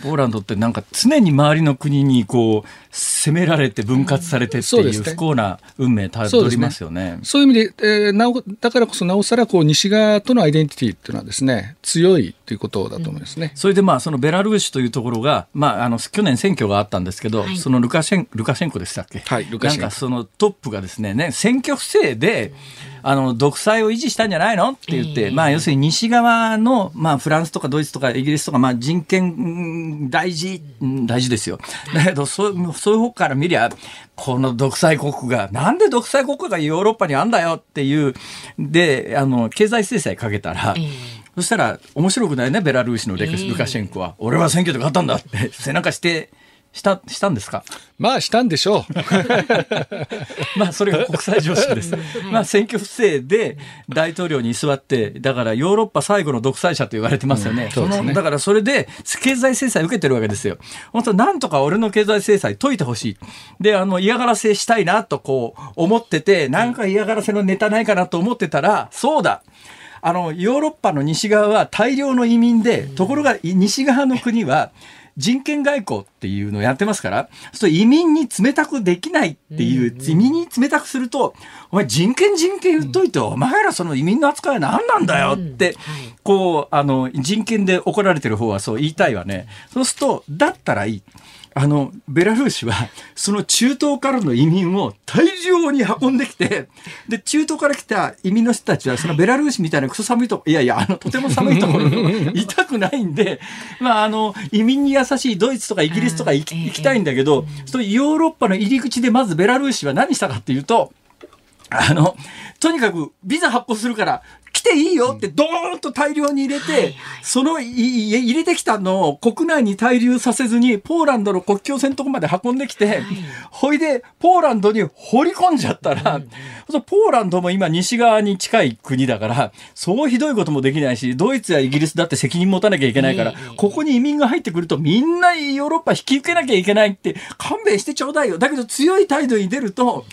ポーランドってなんか常に周りの国にこう攻められて分割されてっていう不幸な運命たどりますよね。 そういう意味で、だからこそなおさらこう西側とのアイデンティティっていうのはですね、強いということだと思いますね。 それでそのベラルーシというところが、去年選挙があったんですけど、そのルカシェンコでしたっけ、なんかそのトップがですね、選挙不正で独裁を維持したんじゃないのって言って、要するに西側の、フランスとかドイツとかイギリスとか、人権大事ですよ。だけどそういう方から見りゃ、この独裁国がなんで独裁国家がヨーロッパにあんだよっていうで経済制裁かけたら、そしたら面白くないね、ベラルーシのルカシェンコは、俺は選挙で勝ったんだって背中したんですか。 したんでしょうそれが国際常識です。選挙不正で大統領に座って、だからヨーロッパ最後の独裁者と言われてますよね。だからそれで経済制裁受けてるわけですよ。本当なんとか俺の経済制裁解いてほしい。で嫌がらせしたいなとこう思ってて、なんか嫌がらせのネタないかなと思ってたら、そうだ、ヨーロッパの西側は大量の移民で、ところが西側の国は人権外交っていうのをやってますから、そう移民に冷たくできないっていう、移民に冷たくすると、お前人権言っといて、お前らその移民の扱いは何なんだよって、こう人権で怒られてる方はそう言いたいわね。そうすると、だったらいい。ベラルーシはその中東からの移民を大量に運んできて、で中東から来た移民の人たちはそのベラルーシみたいなクソ寒いとこ、とても寒いところにいたくないんで、移民に優しいドイツとかイギリスとか行きたいんだけど、そのヨーロッパの入り口でまずベラルーシは何したかっていうと、とにかくビザ発行するから来ていいよってドーンと大量に入れて、その入れてきたのを国内に滞留させずにポーランドの国境線のとこまで運んできて、ほいでポーランドに放り込んじゃったら、ポーランドも今西側に近い国だから、そうひどいこともできないし、ドイツやイギリスだって責任持たなきゃいけないから、ここに移民が入ってくるとみんなヨーロッパ引き受けなきゃいけないって、勘弁してちょうだいよ。だけど強い態度に出ると、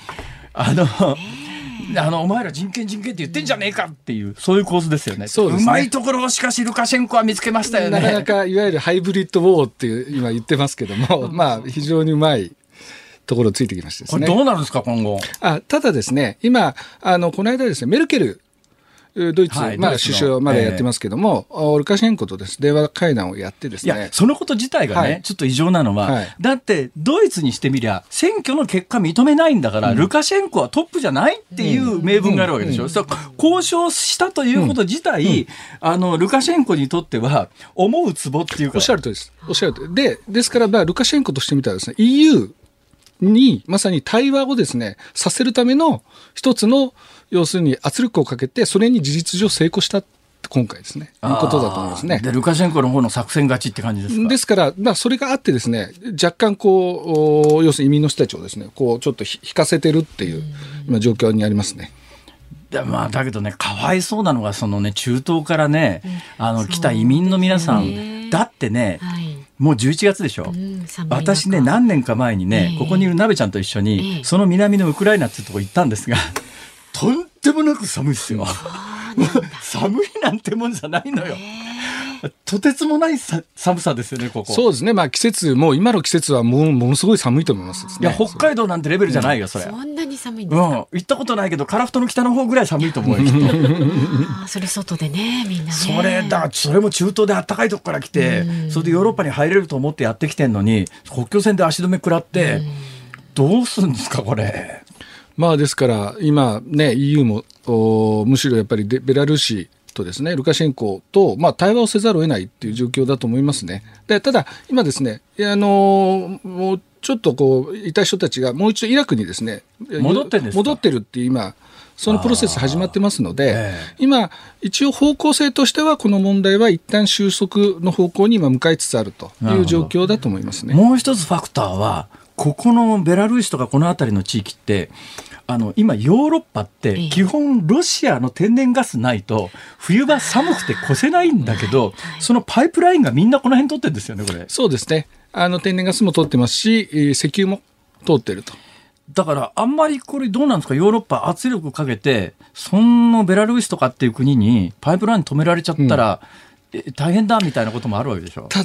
お前ら人権って言ってんじゃねえかっていう、そういう構図ですよね。 そうですね。 うまいところをしかしルカシェンコは見つけましたよね。 なかなかいわゆるハイブリッドウォーっていう今言ってますけども、非常にうまいところついてきましたですね。 これどうなるんですか今後。 ただですね、今この間ですね、メルケルドイツ、首相まだやってますけども、ルカシェンコと電話会談をやってですね。 いや、そのこと自体がね、ちょっと異常なのは、だってドイツにしてみりゃ選挙の結果認めないんだから、ルカシェンコはトップじゃないっていう名分があるわけでしょ。交渉したということ自体、ルカシェンコにとっては思うツボっていうか。 おっしゃるとりです。おっしゃるとりですから、ルカシェンコとしてみたらですね、EUにまさに対話をですねさせるための一つの要するに圧力をかけて、それに事実上成功した今回ですね、いうことだと思いますね。 でルカシェンコの方の作戦勝ちって感じですか。 ですから、それがあってですね、若干要するに移民の人たちをですねちょっと引かせてるっていう今状況にありますね。 だけどね、かわいそうなのがそのね、中東からね、来た移民の皆さん、だってね、もう11月でしょ。私ね、何年か前にね、ここにいるなべちゃんと一緒に、その南のウクライナっていうとこ行ったんですが、とんでもなく寒いですよ。寒いなんてもんじゃないのよ。とてつもない寒さですよね、ここ。 そうですね、季節、もう今の季節はものすごい寒いと思いますですね。 いや、北海道なんてレベルじゃないよ、それ。 そんなに寒いんですか。 行ったことないけど、樺太の北の方ぐらい寒いと思うよ、きっと。 それ外でね、みんなね。 それも中東で暖かいとこから来て、それでヨーロッパに入れると思ってやってきてんのに、国境線で足止め食らって、どうするんですか、これ。 ですから今ね EU もむしろやっぱりベラルーシとですねルカシェンコと対話をせざるを得ないっていう状況だと思いますね。でただ今ですねもうちょっといた人たちがもう一度イラクにですね戻ってるっていう今そのプロセス始まってますので、今一応方向性としてはこの問題は一旦収束の方向に今向かいつつあるという状況だと思いますね。 もう一つファクターはここのベラルーシとかこの辺りの地域って今ヨーロッパって基本ロシアの天然ガスないと冬場寒くて越せないんだけど、そのパイプラインがみんなこの辺通ってるんですよね、これ。 そうですね、天然ガスも通ってますし石油も通ってると。 だからあんまりこれどうなんですか、ヨーロッパ圧力かけてそのベラルーシとかっていう国にパイプライン止められちゃったら、大変だみたいなこともあるわけでしょ。 ただ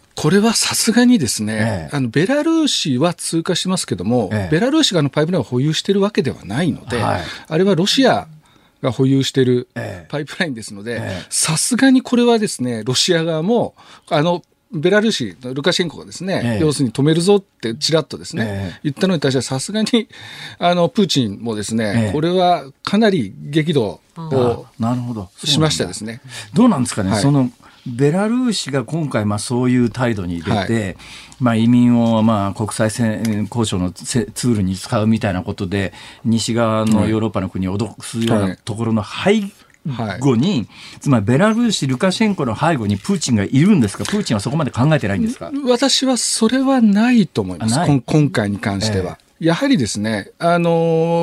これはさすがにですね、ベラルーシは通過してますけども、ベラルーシがパイプラインを保有しているわけではないので、あれはロシアが保有しているパイプラインですので、さすがにこれはですね、ロシア側もベラルーシのルカシェンコがですね、要するに止めるぞってちらっとですね、言ったのに対してはさすがにプーチンもですね、これはかなり激怒をしましたですね。 どうなんですかね、そのベラルーシが今回そういう態度に出て、移民を国際交渉のツールに使うみたいなことで西側のヨーロッパの国を脅すようなところの背後に、つまりベラルーシルカシェンコの背後にプーチンがいるんですか。プーチンはそこまで考えてないんですか。 私はそれはないと思います。今回に関しては、やはりですね、ベラル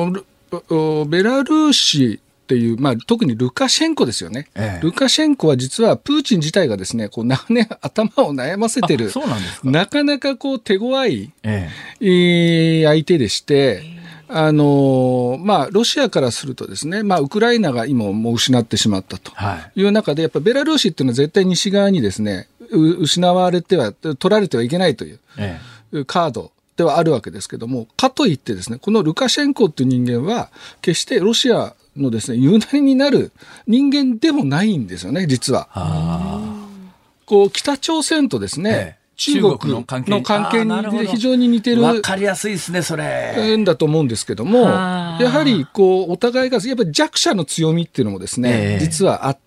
ーシっていう、特にルカシェンコですよね、ルカシェンコは実はプーチン自体がですね、長年頭を悩ませてる、なかなか手強い、相手でして、ロシアからするとですね、ウクライナが今もう失ってしまったという中で、やっぱベラルーシっていうのは絶対西側にですね、失われては取られてはいけないというカードではあるわけですけども、かといってですね、このルカシェンコっていう人間は決してロシアのですね、言うなりになる人間でもないんですよね、実は。北朝鮮とですね、中国の関係に非常に似てる。 わかりやすいですね、それ。 だと思うんですけども、やはりお互いがやっぱり弱者の強みっていうのもですね、実はあって、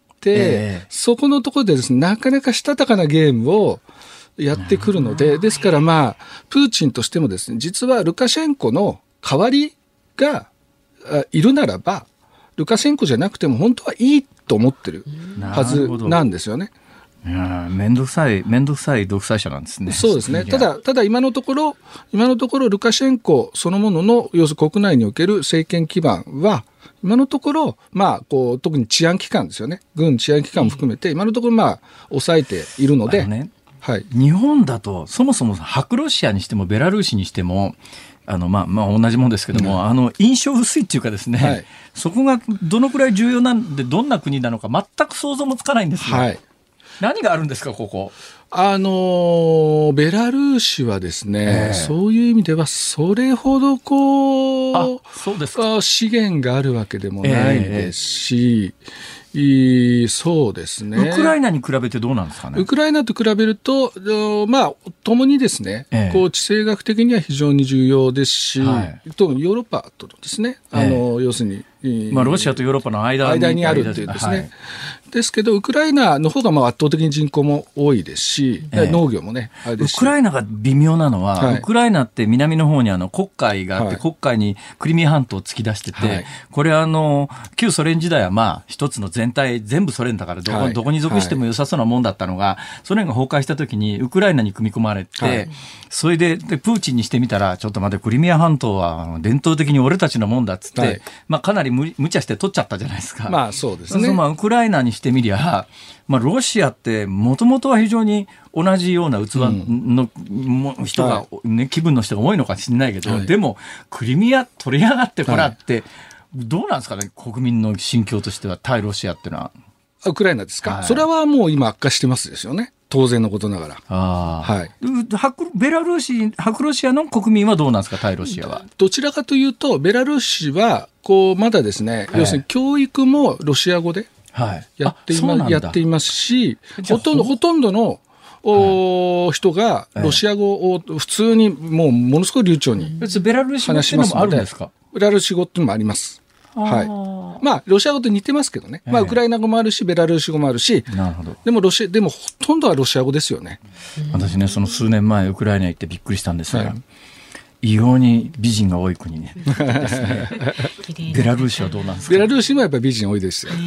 そこのところでですね、なかなかしたたかなゲームをやってくるので、ですからプーチンとしてもですね、実はルカシェンコの代わりがいるならば、ルカシェンコじゃなくても本当はいいと思ってるはずなんですよね。 めんどくさい独裁者なんですね。 そうですね。ただ今のところルカシェンコそのものの要するに国内における政権基盤は今のところ特に治安機関ですよね。軍治安機関も含めて今のところ抑えているので、 日本だとそもそも白ロシアにしてもベラルーシにしても同じもんですけども、印象薄いっていうかですね、そこがどのくらい重要なんでどんな国なのか全く想像もつかないんですよ。何があるんですか、ここ。 ベラルーシはですね、そういう意味ではそれほどそうですか、 資源があるわけでもないですし、そうですね。 ウクライナに比べてどうなんですかね。 ウクライナと比べると、ともにですね、地政学的には非常に重要ですし、ヨーロッパとですね、要するに、 ロシアとヨーロッパの間にあるっていうですね。ですけど、ウクライナの方が圧倒的に人口も多いですし、農業もね、あれですし。 ウクライナが微妙なのは、ウクライナって南の方に黒海があって、黒海にクリミア半島を突き出してて、これ旧ソ連時代は一つの全体、全部ソ連だからどこに属しても良さそうなもんだったのが、ソ連が崩壊した時にウクライナに組み込まれて、それでプーチンにしてみたら、ちょっと待って、クリミア半島は伝統的に俺たちのもんだっつって、かなり無茶して取っちゃったじゃないですか。 そうですね。 ウクライナにしてみりゃ、ロシアってもともとは非常に同じような器の人が、気分の人が多いのかもしれないけど、でもクリミア取りやがってこらって、どうなんですかね、国民の心境としては。対ロシアっていうのは。 ウクライナですか、それはもう今悪化してますですよね、当然のことながら。 ベラルーシ、白ロシアの国民はどうなんですか、対ロシアは。 どちらかというと、ベラルーシはまだですね、要するに教育もロシア語でやっていますし、ほとんどの人がロシア語を普通にものすごい流暢にベラルーシ語っていうのもあるんですか。 ベラルーシ語っていうのもあります。ロシア語と似てますけどね、ウクライナ語もあるしベラルーシ語もあるし、でもほとんどはロシア語ですよね。 私ね、その数年前ウクライナ行ってびっくりしたんですが、異様に美人が多い国ね。ベラルーシはどうなんですか。 ベラルーシもやっぱり美人多いですよ。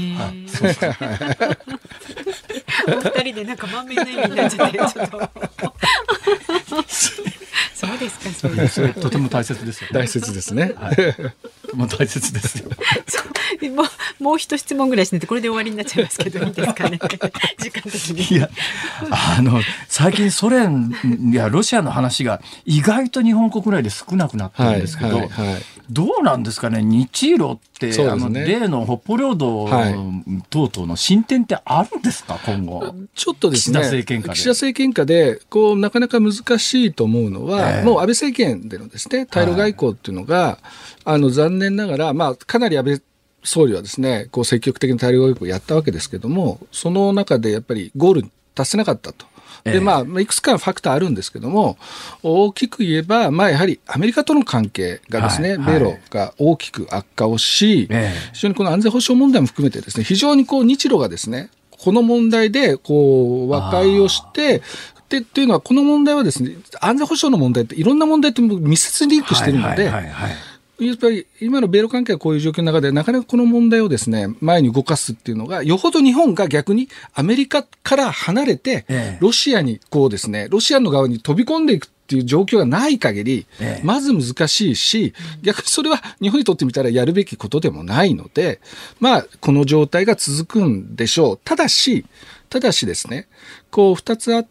お二人でなんか満面の意味になっちゃってちょっと。そうですか。 とても大切ですよ。 大切ですね。 もう大切ですよ。 もう一質問ぐらいしないとこれで終わりになっちゃいますけどいいですかね。時間的に。 いや、最近ソ連やロシアの話が意外と日本国内で少なくなってるんですけど、 どうなんですかね、日露って、 ね、 例の北方領土等々の進展ってあるんですか、今後。 ちょっとですね、岸田政権下でこうなかなか難しいと思うのは、もう安倍政権でのですね、対ロ外交っていうのが、残念ながら、かなり安倍総理はですね、こう積極的な対ロ外交をやったわけですけども、その中でやっぱりゴールに達せなかったと。でいくつかのファクターあるんですけども、大きく言えば、やはりアメリカとの関係がですね、米ロが大きく悪化をし、非常にこの安全保障問題も含めてですね、非常にこう日露がですね、この問題でこう和解をして、っていうのは、この問題はですね、安全保障の問題っていろんな問題と密接にリンクしているので、やっぱり今の米ロ関係はこういう状況の中で、なかなかこの問題をですね、前に動かすっていうのが、よほど日本が逆にアメリカから離れて、ロシアにこうですね、ロシアの側に飛び込んでいくっていう状況がない限り、まず難しいし、逆にそれは日本にとってみたらやるべきことでもないので、この状態が続くんでしょう。ただしですね、こう2つあって、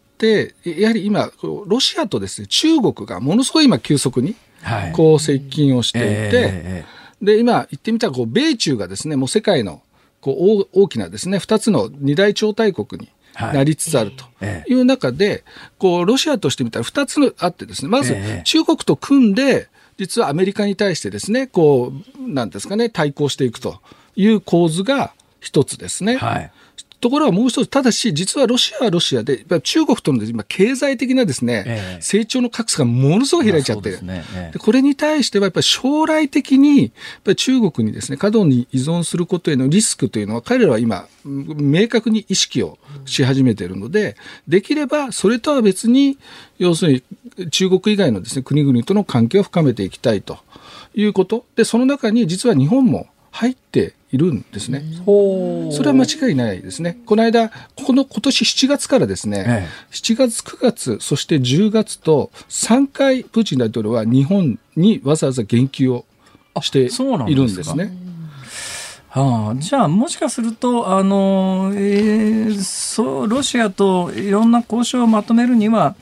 やはり今、ロシアとですね、中国がものすごい今急速にこう接近をしていて、で今言ってみたらこう米中がですね、もう世界のこう大きなですね、2つの二大超大国になりつつあるという中で、こうロシアとしてみたら2つあってですね、まず中国と組んで、実はアメリカに対してですね、こうなんですかね、対抗していくという構図が一つですね。ところがもう一つ、ただし実はロシアはロシアで、中国との今経済的なですね、成長の格差がものすごい開いちゃってる。でこれに対してはやっぱり将来的にやっぱり中国にですね、過度に依存することへのリスクというのは彼らは今明確に意識をし始めているので、できればそれとは別に、要するに中国以外のですね、国々との関係を深めていきたいということで、その中に実は日本も入っているんですね。それは間違いないですね。この間、今年7月からですね、7月、9月、そして10月と3回プーチン大統領は日本にわざわざ言及をしているんですね。 じゃあもしかするとロシアといろんな交渉をまとめるには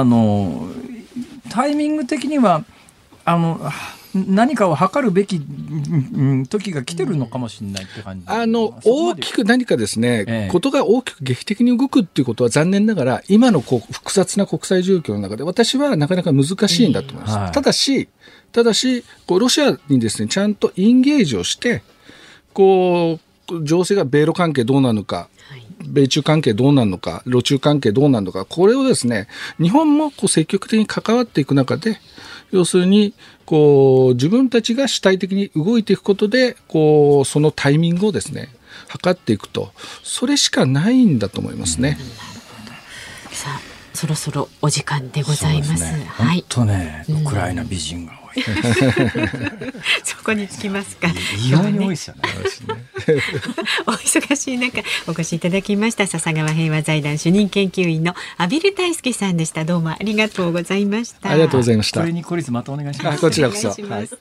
タイミング的には何かを図るべき時が来てるのかもしれないって感じ。 大きく何かですね、ことが大きく劇的に動くっていうことは残念ながら今の複雑な国際状況の中で私はなかなか難しいんだと思います。ただしロシアにですね、ちゃんとインゲージをしてこう情勢が米ロ関係どうなるのか、米中関係どうなるのか、ロ中関係どうなるのか、これをですね、日本もこう積極的に関わっていく中で、要するにこう自分たちが主体的に動いていくことでこうそのタイミングをですね測っていくと、それしかないんだと思いますね。 さあそろそろお時間でございます。 本当ね、ウクライナ美人が多い。 そこにつきますか。 異様に多いですよね。 お忙しい中お越しいただきました笹川平和財団主任研究員の畔蒜泰助さんでした。どうもありがとうございました。 ありがとうございました。 これに懲りずまたお願いします。 こちらこそ。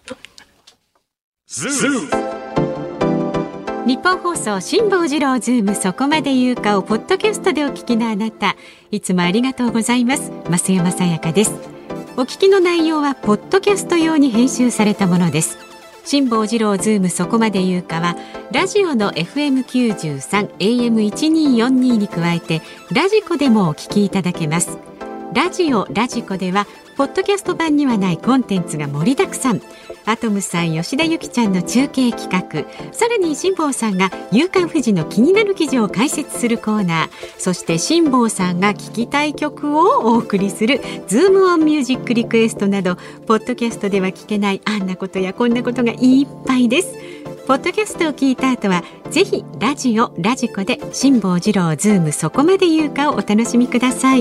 日本放送辛坊治郎ズームそこまで言うかをポッドキャストでお聞きのあなた、いつもありがとうございます。増山さやかです。お聞きの内容はポッドキャスト用に編集されたものです。辛坊治郎ズームそこまで言うかはラジオの FM93 AM1242 に加えてラジコでもお聞きいただけます。ラジコではポッドキャスト版にはないコンテンツが盛りだくさん。アトムさん、吉田ゆきちゃんの中継企画、さらに辛坊さんが夕刊フジの気になる記事を解説するコーナー、そして辛坊さんが聴きたい曲をお送りするズームオンミュージックリクエストなど、ポッドキャストでは聞けないあんなことやこんなことがいっぱいです。ポッドキャストを聞いた後はぜひラジコで辛坊治郎ズームそこまで言うかをお楽しみください。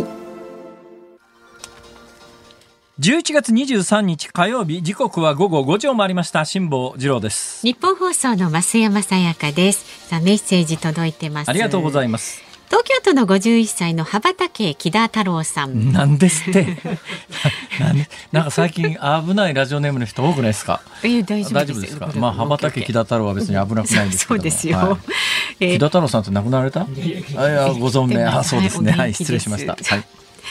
11月23日火曜日、時刻は午後5時を回りました。辛坊治郎です。 日本放送の増山さやかです。さあメッセージ届いてます。 ありがとうございます。 東京都の51歳の羽ばたけ木田太郎さん。 なんですってなんか最近危ないラジオネームの人多くないですか。 大丈夫ですか。羽ばたけ木田太郎は別に危なくないですけども。 そうですよ、 木田太郎さんって亡くなられた。ご存命。そうですね、はい、失礼しました。はい。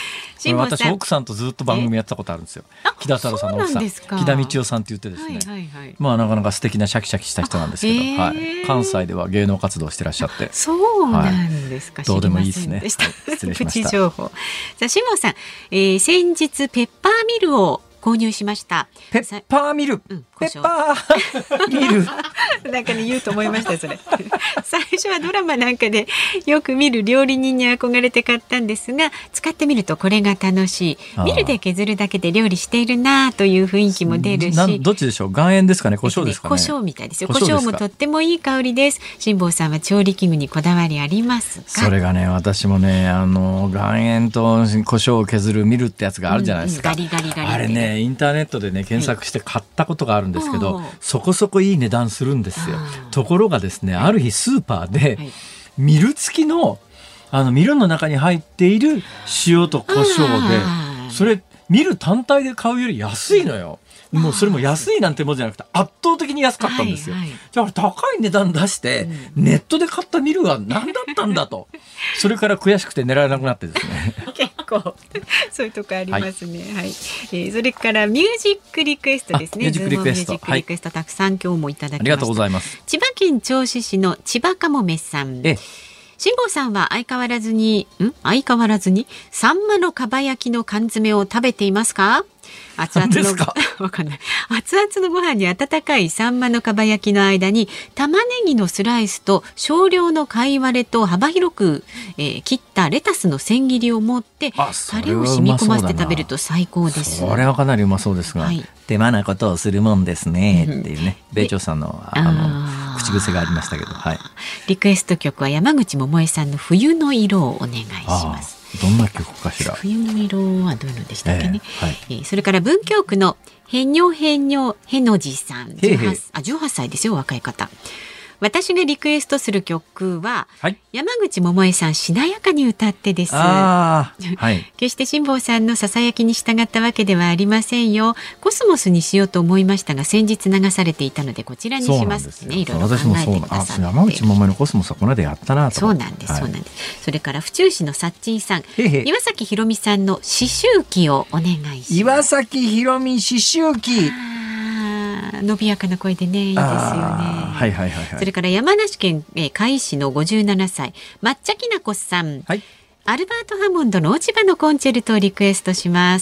私奥さんとずっと番組やってたことあるんですよ。木田太郎さんの奥さん、木田道夫さんって言ってですね、なかなか素敵なシャキシャキした人なんですけど、関西では芸能活動してらっしゃって、 そうなんですか、 どうでもいいですね。失礼しました。 プチ情報。さあ辛坊さん、先日ペッパーミルを購入しました。 ペッパーミル、ペッパーミルなんかね言うと思いましたそれ最初はドラマなんかでよく見る料理人に憧れて買ったんですが、使ってみるとこれが楽しい。ミルで削るだけで料理しているなという雰囲気も出るし、 どっちでしょう、岩塩ですかね、胡椒ですかね。 胡椒みたいですよ。胡椒もとってもいい香りです。辛坊さんは調理器具にこだわりありますか？ それがね、私もね、岩塩と胡椒を削るミルってやつがあるじゃないですか、 ガリガリガリ。 あれね、インターネットでね検索して買ったことがあるんですけど、そこそこいい値段するんですよ。ところがですね、ある日スーパーでミル付きのミルの中に入っている塩と胡椒で、それミル単体で買うより安いのよ。もうそれも安いなんてもんじゃなくて圧倒的に安かったんですよ。じゃあ高い値段出してネットで買ったミルは何だったんだと、それから悔しくて寝られなくなってですね結構そういうとこありますね。それからミュージックリクエストですね。 ミュージックリクエスト、 ミュージックリクエストたくさん今日もいただきました。 ありがとうございます。 千葉県銚子市の千葉かもめさん。辛坊さんは相変わらずにサンマのかば焼きの缶詰を食べていますか？熱々のわかんない。熱々のご飯に温かいサンマのかば焼きの間に玉ねぎのスライスと少量の貝割れと幅広く、切ったレタスの千切りを持ってタレを染み込ませて食べると最高です。 それはかなりうまそうですが、手間なことをするもんですねっていうね、米朝さんの口癖がありましたけど、 リクエスト曲は山口百恵さんの冬の色をお願いします。 どんな曲かしら。 冬の色はどういうのでしたっけね。それから文京区のへにょへにょへのじさん、18歳ですよ、若い方。私がリクエストする曲は、山口百恵さんしなやかに歌ってです。決して辛坊さんのささやきに従ったわけではありませんよ。コスモスにしようと思いましたが先日流されていたのでこちらにしますね。いろいろ考えてくださって。 山口百恵のコスモスはこの間やったなと。 そうなんです、そうなんです。それから府中市のさっちんさん、岩崎宏美さんの思春期をお願いします。 岩崎宏美思春期、 伸びやかな声でね、いいですよね。それから山梨県甲斐市の57歳抹茶きなこさん、アルバート・ハモンドの落ち葉のコンチェルトをリクエストします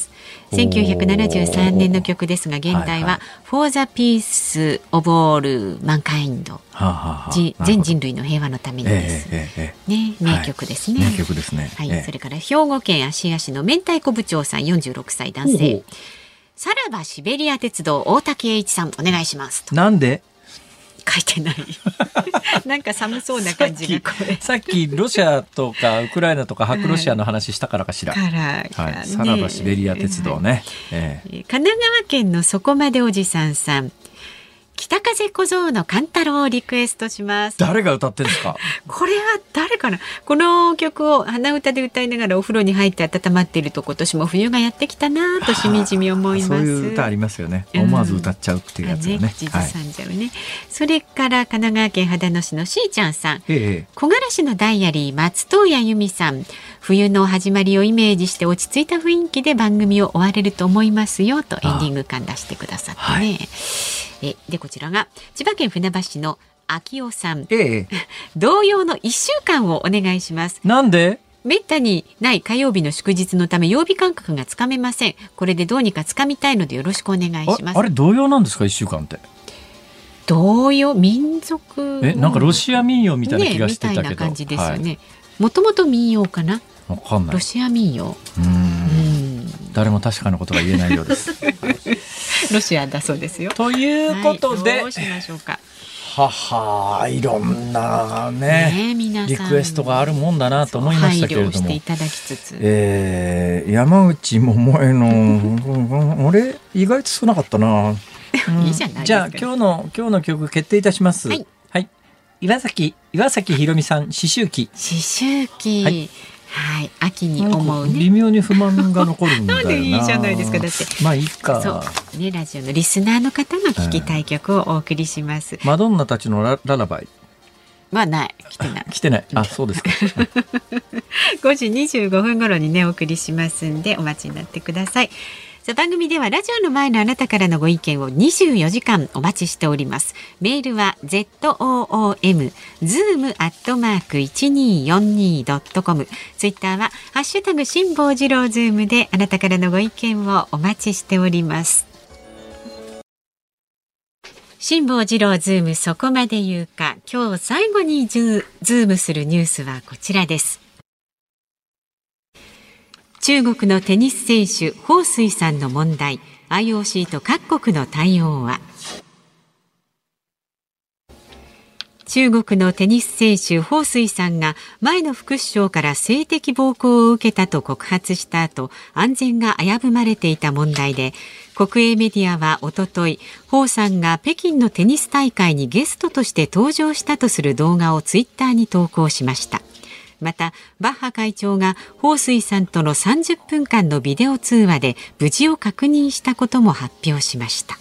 。1973年の曲ですが現代は For the Peace of All Mankind、全人類の平和のためにです、名曲ですね。 名曲ですね。 それから兵庫県芦屋市の明太子部長さん46歳男性、さらばシベリア鉄道大竹栄一さんお願いします。 なんで書いてないなんか寒そうな感じがさっきロシアとかウクライナとか白ロシアの話したからかしら。さらばシベリア鉄道ね。 神奈川県のそこまでおじさんさん、北風小僧のカンタロウをリクエストします。 誰が歌ってんですか？ これは誰かな。この曲を鼻歌で歌いながらお風呂に入って温まっていると今年も冬がやってきたなとしみじみ思います。 そういう歌ありますよね。思わず歌っちゃうっていうやつがね。 口ずさんじゃうね。それから神奈川県秦野市のしーちゃんさん、木枯らしのダイアリー松任谷由実さん、冬の始まりをイメージして落ち着いた雰囲気で番組を終われると思いますよとエンディング感出してくださってね。でこちらが千葉県船橋市の秋尾さん、同様の1週間をお願いします。 なんで？ めったにない火曜日の祝日のため曜日感覚がつかめません。これでどうにかつかみたいのでよろしくお願いします。 あれ同様なんですか？1週間って同様、民族なんかロシア民謡みたいな気がしてたけど、 みたいな感じですよね。もともと民謡かな。 わかんない。 ロシア民謡。 誰も確かなことが言えないようです。 ロシアだそうですよ。 ということで、 どうしましょうか。 いろんなねリクエストがあるもんだなと思いましたけれども、 配慮していただきつつ、 山口百恵の俺意外と少なかったな。 いいじゃないですか。 じゃあ今日の曲決定いたします。岩崎宏美さん思春期。 秋に思うね。 微妙に不満が残るんだよな。 なんでいいじゃないですか。だってまあいいか。 そうね、ラジオのリスナーの方の聞きたい曲をお送りします。 マドンナたちのララバイ。 はない来てない。 来てない。あ、そうですか。 5時25分頃にねお送りしますんでお待ちになってください。さあ番組ではラジオの前のあなたからのご意見を24時間お待ちしております。メールは zoom@1242.com、 ツイッターはハッシュタグ辛坊治郎ズームであなたからのご意見をお待ちしております。辛坊治郎ズームそこまで言うか。今日最後にズームするニュースはこちらです。中国のテニス選手彭帥さんの問題、 IOC と各国の対応は。中国のテニス選手彭帥さんが前の副首相から性的暴行を受けたと告発した後、安全が危ぶまれていた問題で、国営メディアはおととい、彭さんが北京のテニス大会にゲストとして登場したとする動画をツイッターに投稿しました。またバッハ会長が彭帥さんとの30分間のビデオ通話で無事を確認したことも発表しました。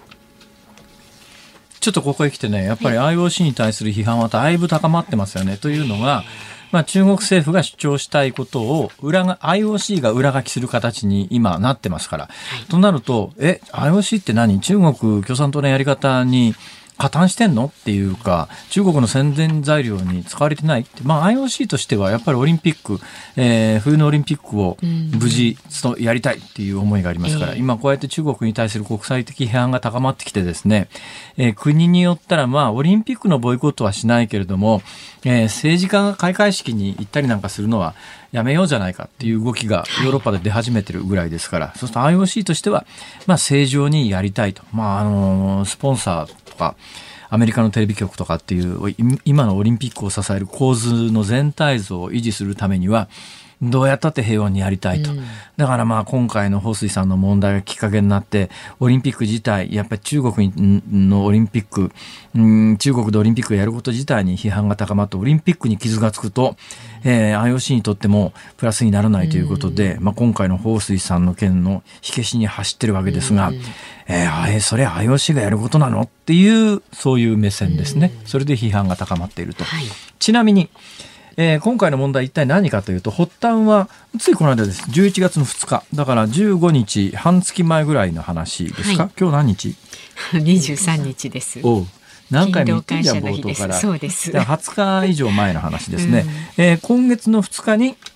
ちょっとここへ来てね、やっぱり IOC に対する批判はだいぶ高まってますよね。というのが、中国政府が主張したいことをIOC が裏書きする形に今なってますから、となるとIOC って何、中国共産党のやり方に加担してんのっていうか、中国の宣伝材料に使われてないって、IOC としてはやっぱりオリンピック、冬のオリンピックを無事やりたいっていう思いがありますから、今こうやって中国に対する国際的批判が高まってきてですね、国によったらオリンピックのボイコットはしないけれども、政治家が開会式に行ったりなんかするのはやめようじゃないかっていう動きがヨーロッパで出始めてるぐらいですから、そうすると IOC としては正常にやりたいと、スポンサーとかアメリカのテレビ局とかっていう今のオリンピックを支える構図の全体像を維持するためにはどうやったって平穏にやりたいと。だから今回の彭帥さんの問題がきっかけになって、オリンピック自体、やっぱり中国のオリンピック、中国でオリンピックをやること自体に批判が高まって、オリンピックに傷がつくと、IOC にとってもプラスにならないということで、今回の彭帥さんの件の火消しに走ってるわけですが、それ IOC がやることなのっていう、そういう目線ですね。それで批判が高まっていると。ちなみに今回の問題一体何かというと、発端はついこの間です。11月の2日だから15日半月前ぐらいの話ですか。今日何日 ？23日です。 何回も言ってんじゃん、冒頭から。 そうです。 20日以上前の話ですね。今月の2日に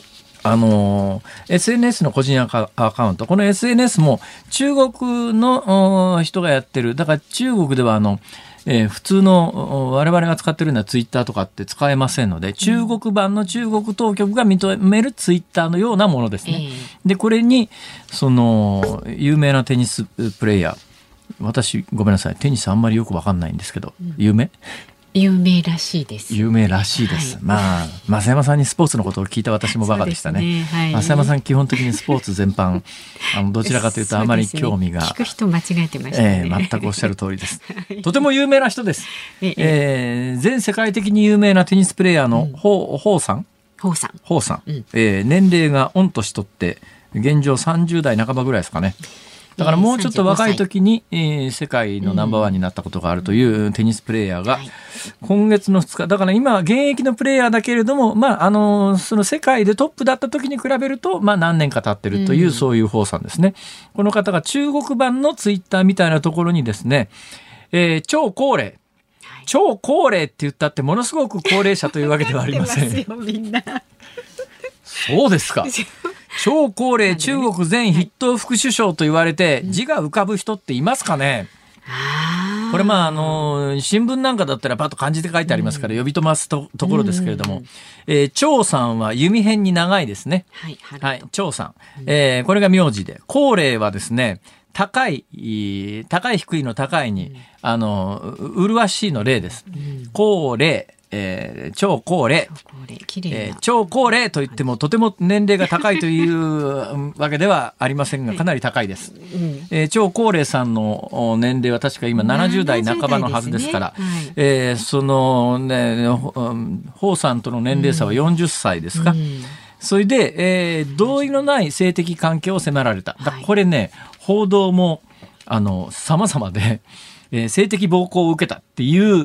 SNS の個人アカウント、この SNS も中国の人がやってる。だから中国では普通の我々が使ってるようなツイッターとかって使えませんので、中国版の中国当局が認めるツイッターのようなものですね。でこれに有名なテニスプレイヤー、私ごめんなさい、テニスあんまりよく分かんないんですけど、有名らしいです。 有名らしいです。増山さんにスポーツのことを聞いた私もバカでしたね。増山さん基本的にスポーツ全般どちらかというとあまり興味が、 聞く人間違えてましたね。 全くおっしゃる通りです。とても有名な人です。全世界的に有名なテニスプレーヤーの彭さん、年齢が御年とって現状30代半ばぐらいですかね。だからもうちょっと若い時に、世界のナンバーワンになったことがあるというテニスプレーヤーが、今月の2日、だから今現役のプレーヤーだけれども、その世界でトップだった時に比べると、何年か経ってるという、そういう彭さんですね。この方が中国版のツイッターみたいなところにですね、超高齢って言ったってものすごく高齢者というわけではありません。みんなそうですか。超高齢中国前筆頭副首相と言われて字が浮かぶ人っていますかね。これ新聞なんかだったらパッと漢字で書いてありますから呼び止ます ところですけれども、張さんは弓辺に長いですね。張さん、これが名字で、高齢はですね、高い低いの高いに麗しいの麗です。高齢、超高齢、超高齢といってもとても年齢が高いというわけではありませんが、かなり高いです。超高齢さんの年齢は確か今70代半ばのはずですから、そのね、彭さんとの年齢差は40歳ですか。それで、同意のない性的関係を迫られた。これね、報道も様々で、性的暴行を受けたっていう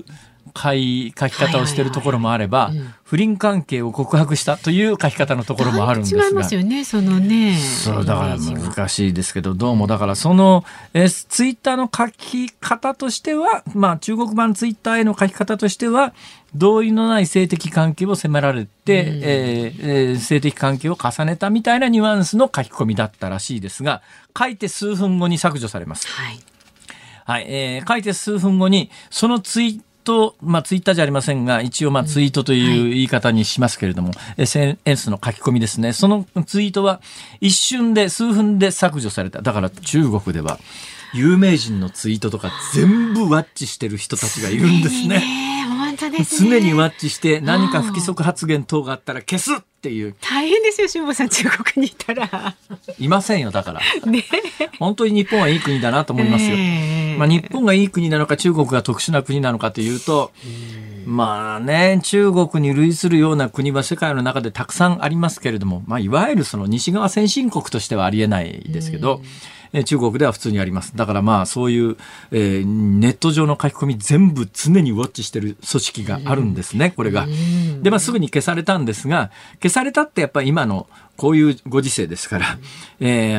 書き方をしているところもあれば、不倫関係を告白したという書き方のところもあるんですが、 違いますよね、そのね。 そうだから難しいですけど、どうもだからそのツイッターの書き方としては、中国版ツイッターへの書き方としては、同意のない性的関係を迫られて、性的関係を重ねたみたいなニュアンスの書き込みだったらしいですが、書いて数分後に削除されます。はい、書いて数分後にそのツイート、ツイッターじゃありませんが、一応ツイートという言い方にしますけれども、SNS の書き込みですね。そのツイートは一瞬で数分で削除された。だから中国では有名人のツイートとか全部ワッチしてる人たちがいるんですね。 本当ですね。 常にワッチして何か不規則発言等があったら消すっていう。 大変ですよ、辛坊さん、中国にいたら。 いませんよ、だから。本当に日本はいい国だなと思いますよ。日本がいい国なのか中国が特殊な国なのかというと、中国に類するような国は世界の中でたくさんありますけれども、いわゆるその西側先進国としてはありえないですけど、中国では普通にあります。だからそういう、ネット上の書き込み全部常にウォッチしてる組織があるんですね、これが。で、すぐに消されたんですが、消されたってやっぱり今のこういうご時世ですから、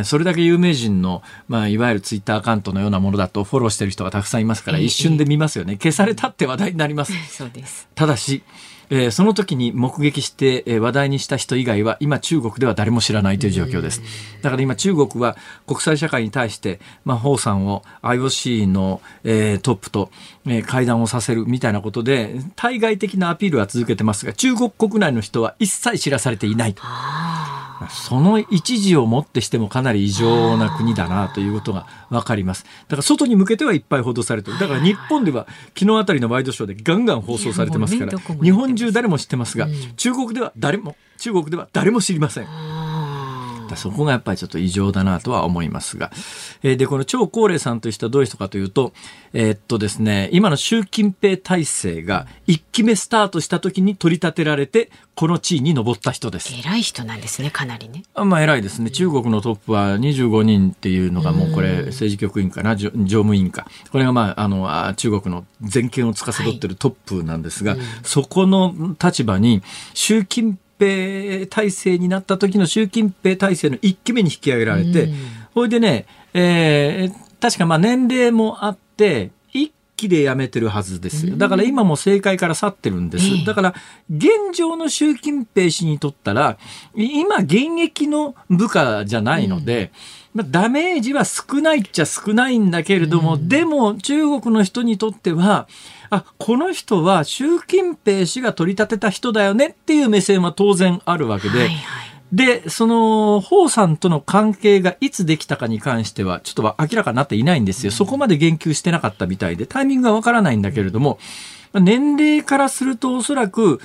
それだけ有名人の、いわゆるツイッターアカウントのようなものだとフォローしてる人がたくさんいますから、一瞬で見ますよね。消されたって話題になります。 そうです。 ただし、その時に目撃して、話題にした人以外は今中国では誰も知らないという状況です。だから今中国は国際社会に対して、彭さんを IOC の、トップと、会談をさせるみたいなことで対外的なアピールは続けてますが、中国国内の人は一切知らされていないと。その一時をもってしてもかなり異常な国だなということが分かります。だから外に向けてはいっぱい報道されている。だから日本では昨日あたりのワイドショーでガンガン放送されてますから、日本中誰も知ってますが、中国では誰も知りません。そこがやっぱりちょっと異常だなとは思いますが、でこの張高麗さんという人はどういう人かというと、ですね、今の習近平体制が1期目スタートした時に取り立てられてこの地位に上った人です。 偉い人なんですね、かなりね。 偉いですね。中国のトップは25人っていうのがもうこれ政治局員かな、常務委員か、これが中国の全権を司っているトップなんですが、そこの立場に習近平体制になった時の習近平体制の1期目に引き上げられて、それでね、確か年齢もあって1期で辞めてるはずですよ。だから今も政界から去ってるんです。だから現状の習近平氏にとったら今現役の部下じゃないので、ダメージは少ないっちゃ少ないんだけれども、でも中国の人にとってはこの人は習近平氏が取り立てた人だよねっていう目線は当然あるわけで、でその彭さんとの関係がいつできたかに関してはちょっと明らかになっていないんですよ。そこまで言及してなかったみたいでタイミングがわからないんだけれども、年齢からするとおそらく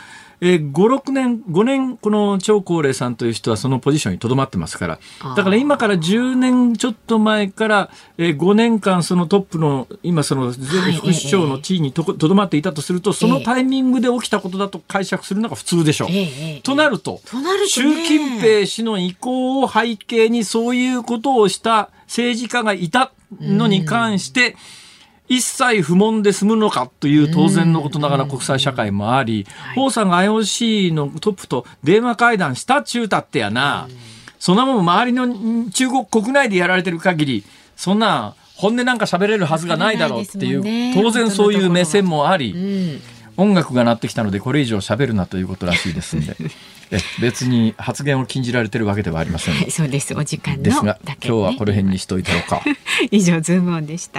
5年この張高麗さんという人はそのポジションにとどまってますから、だから今から10年ちょっと前から5年間そのトップの今その副首相の地位にとどまっていたとすると、そのタイミングで起きたことだと解釈するのが普通でしょう。となると習近平氏の意向を背景にそういうことをした政治家がいたのに関して一切不問で済むのかという当然のことながら国際社会もあり、彭さんが IOC のトップと電話会談したっちゅうたってやな、そんなもん周りの中国国内でやられてる限りそんな本音なんか喋れるはずがないだろうっていう当然そういう目線もあり、音楽が鳴ってきたのでこれ以上喋るなということらしいですので別に発言を禁じられてるわけではありません。 そうです、お時間のですが、今日はこの辺にしといたのか以上ズームオンでした。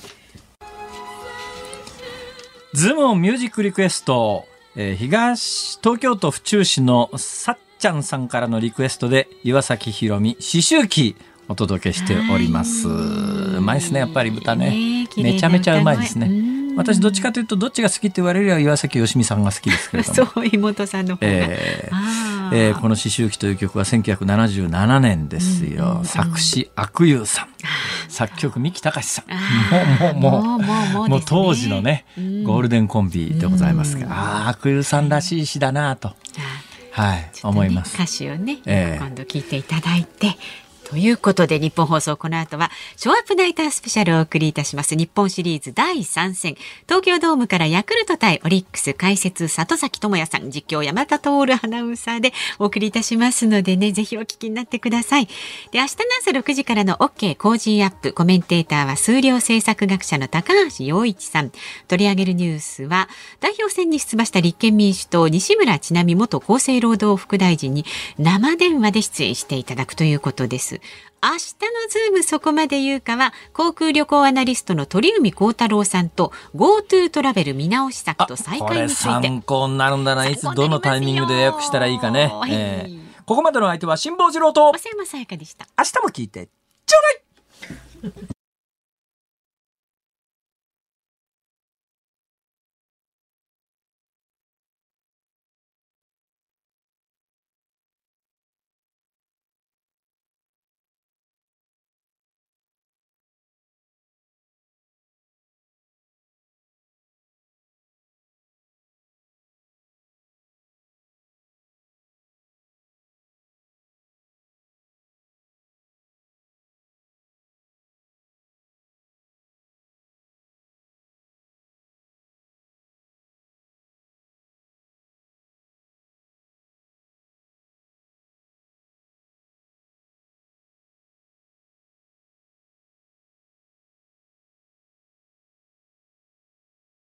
ズームオンミュージックリクエスト、東京都府中市のさっちゃんさんからのリクエストで岩崎宏美思秋期お届けしております。うまいですね、やっぱり歌ね、めちゃめちゃうまいですね。私どっちかというとどっちが好きって言われるよりは岩崎良美さんが好きですけれどもそう、妹さんの方が、 この思秋期という曲は1977年ですよ。作詞阿久悠さん、作曲三木たかしさん、もう当時のね、ゴールデンコンビでございますが、阿久悠さんらしい詩だなと、思います。 歌詞をね、今度聞いていただいてということで日本放送この後はショーアップナイタースペシャルをお送りいたします。日本シリーズ第3戦、東京ドームからヤクルト対オリックス、解説里崎智也さん、実況山田徹アナウンサーでお送りいたしますのでね、ぜひお聞きになってください。で、明日の朝6時からの OK コージーアップ、コメンテーターは数量政策学者の高橋洋一さん。取り上げるニュースは代表選に出馬した立憲民主党西村智奈美元厚生労働副大臣に生電話で出演していただくということです。明日のズームそこまで言うかは、航空旅行アナリストの鳥海高太郎さんと GoTo トラベル見直し策と再開について。 これ参考になるんだな。いつどのタイミングで予約したらいいかね。ここまでの相手は辛坊治郎と増山さやかでした。 明日も聞いてちょうだい。